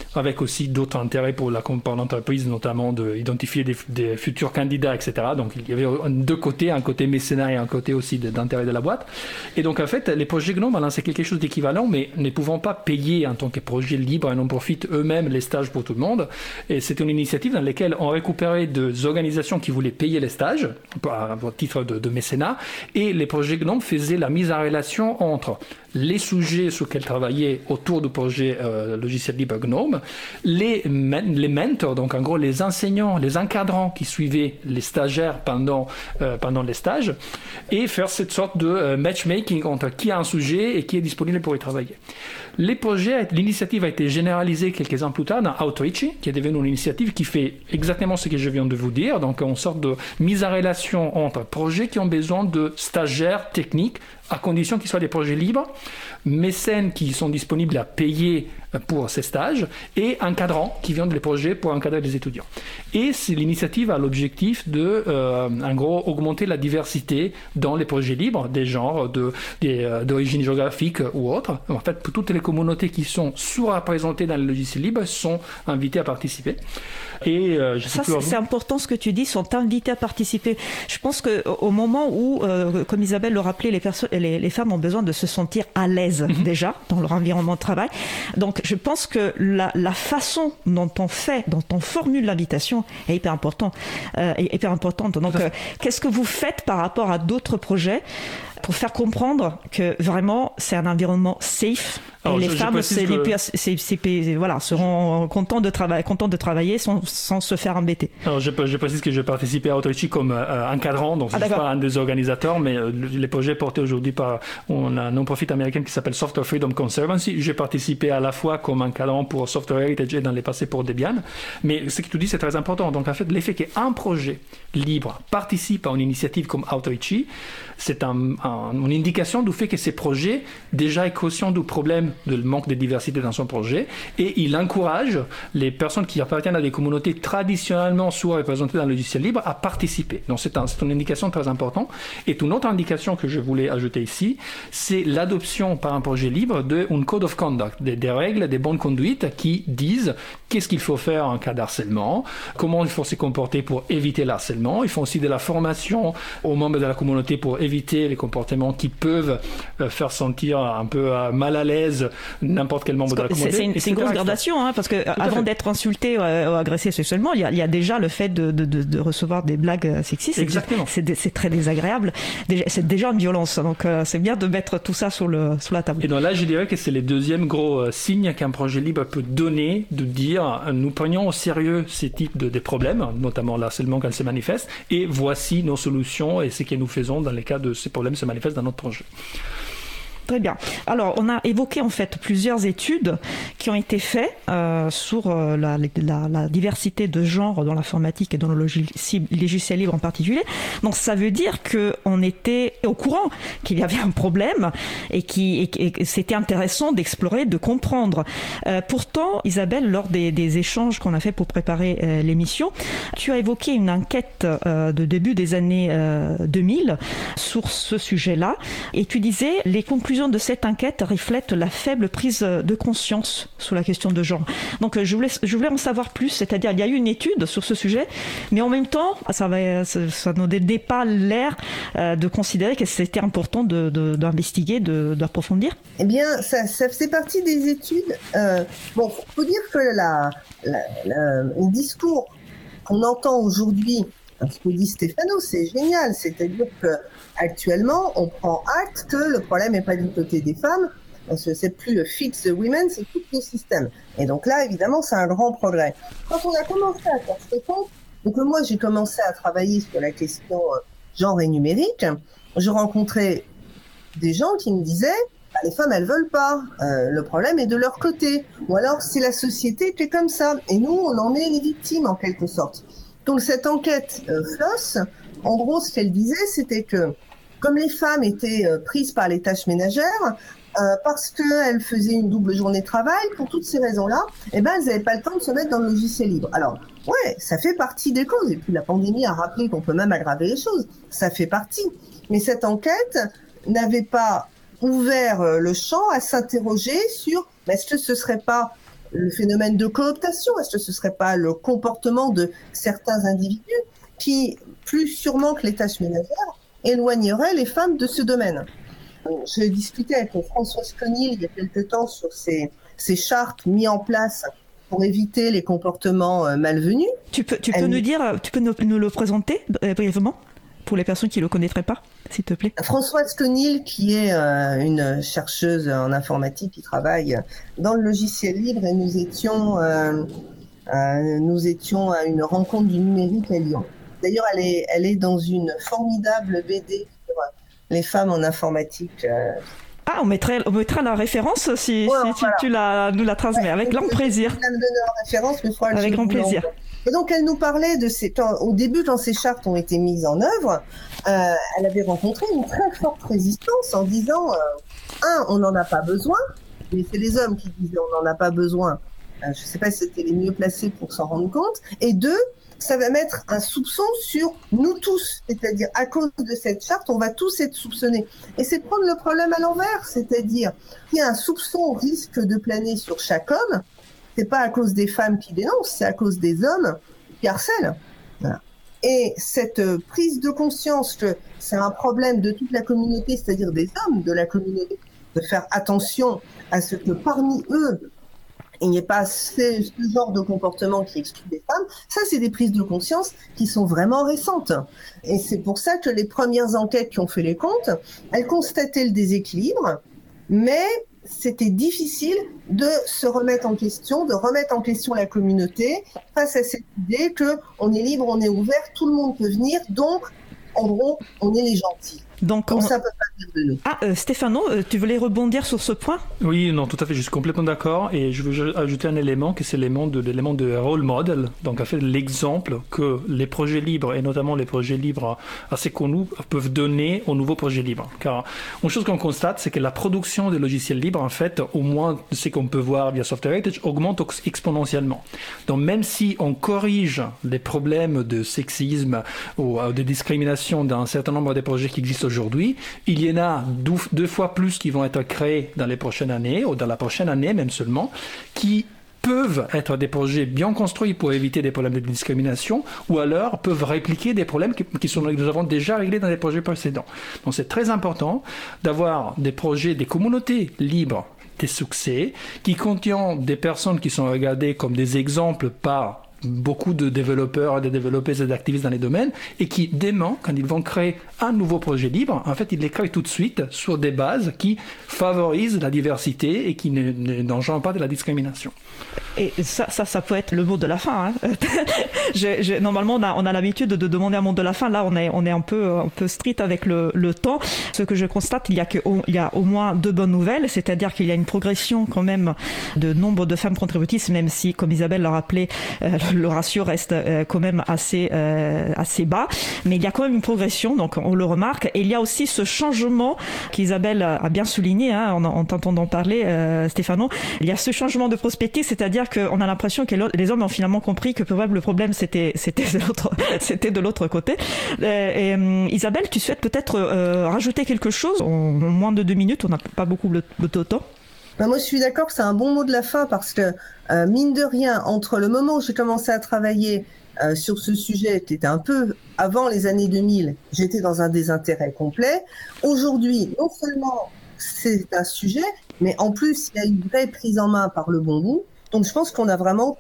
avec aussi d'autres intérêts pour l'entreprise, notamment d'identifier des futurs candidats, etc. Donc il y avait deux côtés, un côté mécénat et un côté aussi d'intérêt de la boîte. Et donc en fait, les projets GNOME, c'est quelque chose d'équivalent, mais ne pouvant pas payer en tant que projet libre et non profit eux-mêmes les stages pour tout le monde. Et c'était une initiative dans laquelle on récupérait des organisations qui voulaient payer les stages à titre de mécénat, et les projets GNOME faisaient la mise en relation entre les sujets sur lesquels travaillaient autour du projet logiciel libre GNOME, les mentors, donc en gros les enseignants, les encadrants qui suivaient les stagiaires pendant les stages, et faire cette sorte de matchmaking entre qui a un sujet et qui est disponible pour y travailler. L'initiative a été généralisée quelques ans plus tard dans Outreachy, qui est devenue une initiative qui fait exactement ce que je viens de vous dire, donc une sorte de mise en relation entre projets qui ont besoin de stagiaires techniques, à condition qu'ils soient des projets libres, mécènes qui sont disponibles à payer pour ces stages, et encadrants qui viennent des projets pour encadrer les étudiants. Et l'initiative a l'objectif de, en gros, augmenter la diversité dans les projets libres, des genres, d'origine géographique ou autres. En fait, toutes les communautés qui sont sous-représentées dans les logiciels libres sont invitées à participer. Et c'est important ce que tu dis, sont invités à participer. Je pense qu'au moment où, comme Isabelle le rappelait, les femmes ont besoin de se sentir à l'aise déjà dans leur environnement de travail. Donc je pense que la façon dont on formule l'invitation est hyper importante. Donc qu'est-ce que vous faites par rapport à d'autres projets pour faire comprendre que vraiment c'est un environnement safe? Et les femmes seront contentes de travailler sans se faire embêter. Alors je précise que je participais à Outreachy comme encadrant, donc je ne suis pas un des organisateurs, mais les projets portés aujourd'hui par une non-profit américaine qui s'appelle Software Freedom Conservancy. J'ai participé à la fois comme encadrant pour Software Heritage et dans les passés pour Debian. Mais ce que tu dis, c'est très important. Donc en fait, l'effet qu'un projet libre participe à une initiative comme Outreachy, c'est une indication du fait que ces projets déjà est conscient du problème de manque de diversité dans son projet, et il encourage les personnes qui appartiennent à des communautés traditionnellement sous-représentées dans le logiciel libre à participer. Donc c'est une indication très importante. Et une autre indication que je voulais ajouter ici, c'est l'adoption par un projet libre d'un code of conduct, des règles, des bonnes conduites qui disent qu'est-ce qu'il faut faire en cas d'harcèlement, comment il faut se comporter pour éviter l'harcèlement. Ils font aussi de la formation aux membres de la communauté pour éviter les comportements qui peuvent faire sentir un peu mal à l'aise n'importe quel membre de la communauté. C'est une grosse gradation, parce que avant d'être insulté ou agressé sexuellement, il y a déjà le fait de recevoir des blagues sexistes. Exactement. C'est très désagréable. C'est déjà une violence. Donc c'est bien de mettre tout ça sur la table. Et donc là, je dirais que c'est le deuxième gros signe qu'un projet libre peut donner, de dire nous prenons au sérieux ces types de problèmes, notamment l'harcèlement quand il se manifeste, et voici nos solutions et ce que nous faisons dans les cas de ces problèmes se manifestent dans notre projet. Très bien. Alors, on a évoqué en fait plusieurs études qui ont été faites sur la diversité de genre dans l'informatique et dans le logiciel libre en particulier. Donc, ça veut dire qu'on était au courant qu'il y avait un problème et que c'était intéressant d'explorer, de comprendre. Pourtant, Isabelle, lors des échanges qu'on a fait pour préparer l'émission, tu as évoqué une enquête de début des années 2000 sur ce sujet-là, et tu disais les conclusions de cette enquête reflètent la faible prise de conscience sur la question de genre. Donc je voulais en savoir plus, c'est-à-dire il y a eu une étude sur ce sujet, mais en même temps ça ne donnait pas l'air de considérer que c'était important d'investiguer, d'approfondir. Eh bien, ça faisait partie des études. Faut dire que le discours qu'on entend aujourd'hui, ce que dit Stéphano, c'est génial. C'est-à-dire que actuellement, on prend acte que le problème n'est pas du côté des femmes, parce que c'est plus fix the women, c'est tout le système. Et donc là, évidemment, c'est un grand progrès. Quand on a commencé à faire ce compte, donc moi, j'ai commencé à travailler sur la question genre et numérique, je rencontrais des gens qui me disaient les femmes, elles veulent pas. Le problème est de leur côté. Ou alors, c'est la société qui est comme ça. Et nous, on en est les victimes, en quelque sorte. Donc cette enquête FLOSS, en gros, ce qu'elle disait, c'était que comme les femmes étaient prises par les tâches ménagères, parce qu'elles faisaient une double journée de travail, pour toutes ces raisons-là, elles n'avaient pas le temps de se mettre dans le logiciel libre. Alors, ouais, ça fait partie des causes. Et puis la pandémie a rappelé qu'on peut même aggraver les choses. Ça fait partie. Mais cette enquête n'avait pas ouvert le champ à s'interroger sur est-ce que ce serait pas le phénomène de cooptation? Est-ce que ce ne serait pas le comportement de certains individus qui, plus sûrement que les tâches ménagères, éloigneraient les femmes de ce domaine? Je discutais avec Françoise Conil il y a quelque temps sur ces chartes mises en place pour éviter les comportements malvenus. Tu peux nous le présenter brièvement pour les personnes qui ne le connaîtraient pas, s'il te plaît? Françoise Conil, qui est une chercheuse en informatique qui travaille dans le logiciel libre, et nous étions à une rencontre du numérique à Lyon. D'ailleurs, elle est dans une formidable BD sur les femmes en informatique. On mettra la référence si voilà. Tu nous la transmets, avec grand plaisir. Je vais me donner la référence, mais avec grand plaisir. Et donc, elle nous parlait de au début, quand ces chartes ont été mises en œuvre, elle avait rencontré une très forte résistance en disant, on n'en a pas besoin, mais c'est les hommes qui disaient on n'en a pas besoin. Je ne sais pas si c'était les mieux placés pour s'en rendre compte. Et 2, ça va mettre un soupçon sur nous tous, c'est-à-dire à cause de cette charte, on va tous être soupçonnés. Et c'est prendre le problème à l'envers, c'est-à-dire qu'il y a un soupçon risque de planer sur chaque homme. C'est pas à cause des femmes qui dénoncent, c'est à cause des hommes qui harcèlent. Voilà. Et cette prise de conscience que c'est un problème de toute la communauté, c'est-à-dire des hommes de la communauté, de faire attention à ce que parmi eux, il n'y ait pas ce genre de comportement qui exclut les femmes, ça c'est des prises de conscience qui sont vraiment récentes. Et c'est pour ça que les premières enquêtes qui ont fait les comptes, elles constataient le déséquilibre, mais c'était difficile de se remettre en question, de remettre en question la communauté face à cette idée qu'on est libre, on est ouvert, tout le monde peut venir, donc en gros, on est les gentils. Donc ça peut pas dire de nous. Stéphano, tu voulais rebondir sur ce point? Oui, non, tout à fait, je suis complètement d'accord, et je veux ajouter un élément qui est l'élément de role model, donc en fait l'exemple que les projets libres, et notamment les projets libres assez connus, peuvent donner aux nouveaux projets libres. Car une chose qu'on constate, c'est que la production de logiciels libres, en fait, au moins de ce qu'on peut voir via Software Heritage, augmente exponentiellement. Donc même si on corrige les problèmes de sexisme ou de discrimination dans un certain nombre de projets qui existent aujourd'hui, il y en a deux fois plus qui vont être créés dans les prochaines années, ou dans la prochaine année même seulement, qui peuvent être des projets bien construits pour éviter des problèmes de discrimination, ou alors peuvent répliquer des problèmes que nous avons déjà réglés dans les projets précédents. Donc c'est très important d'avoir des projets, des communautés libres, des succès, qui contiennent des personnes qui sont regardées comme des exemples par beaucoup de développeurs, de développeuses et d'activistes dans les domaines, et qui, demain, quand ils vont créer un nouveau projet libre, en fait, ils les créent tout de suite sur des bases qui favorisent la diversité et qui n'engendrent pas de la discrimination. Et ça peut être le mot de la fin. Hein. Normalement, on a l'habitude de demander un mot de la fin. Là, on est un peu strict avec le temps. Ce que je constate, il y a au moins 2 bonnes nouvelles, c'est-à-dire qu'il y a une progression quand même de nombre de femmes contributrices, même si, comme Isabelle l'a rappelé, le ratio reste quand même assez bas, mais il y a quand même une progression, donc on le remarque. Et il y a aussi ce changement qu'Isabelle a bien souligné, en t'entendant parler, Stéphano. Il y a ce changement de prospective, c'est-à-dire qu'on a l'impression que les hommes ont finalement compris que peut-être le problème c'était de l'autre côté. Isabelle, tu souhaites peut-être rajouter quelque chose en moins de 2 minutes, on n'a pas beaucoup de temps. Moi, je suis d'accord que c'est un bon mot de la fin parce que, mine de rien, entre le moment où j'ai commencé à travailler sur ce sujet, qui était un peu avant les années 2000, j'étais dans un désintérêt complet. Aujourd'hui, non seulement c'est un sujet, mais en plus, il y a une vraie prise en main par le bon bout. Donc, je pense qu'on a vraiment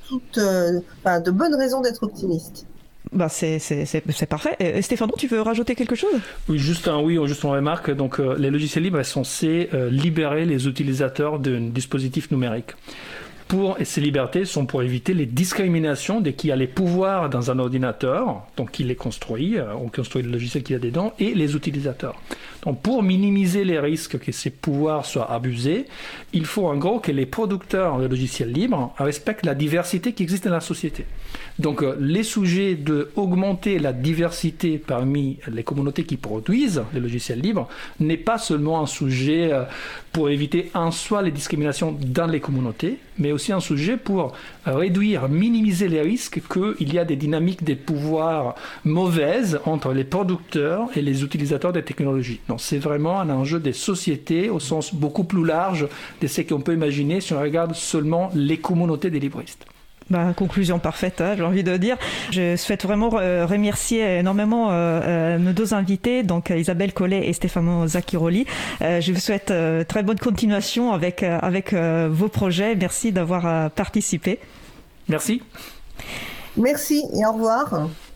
de bonnes raisons d'être optimiste. C'est parfait. Et Stéphano, tu veux rajouter quelque chose? Oui, juste une remarque. Donc, les logiciels libres sont censés libérer les utilisateurs d'un dispositif numérique. Et ces libertés sont pour éviter les discriminations de qui a les pouvoirs dans un ordinateur, donc qui les construit, on construit le logiciel qu'il y a dedans, et les utilisateurs. Donc pour minimiser les risques que ces pouvoirs soient abusés, il faut en gros que les producteurs de logiciels libres respectent la diversité qui existe dans la société. Donc les sujets d'augmenter la diversité parmi les communautés qui produisent les logiciels libres n'est pas seulement un sujet pour éviter en soi les discriminations dans les communautés, mais aussi un sujet pour minimiser les risques qu'il y a des dynamiques des pouvoirs mauvaises entre les producteurs et les utilisateurs des technologies. Non, c'est vraiment un enjeu des sociétés au sens beaucoup plus large de ce qu'on peut imaginer si on regarde seulement les communautés des libristes. Conclusion parfaite, j'ai envie de dire. Je souhaite vraiment remercier énormément nos deux invités, donc Isabelle Collet et Stefano Zacchiroli. Je vous souhaite très bonne continuation avec vos projets. Merci d'avoir participé. Merci. Merci et au revoir.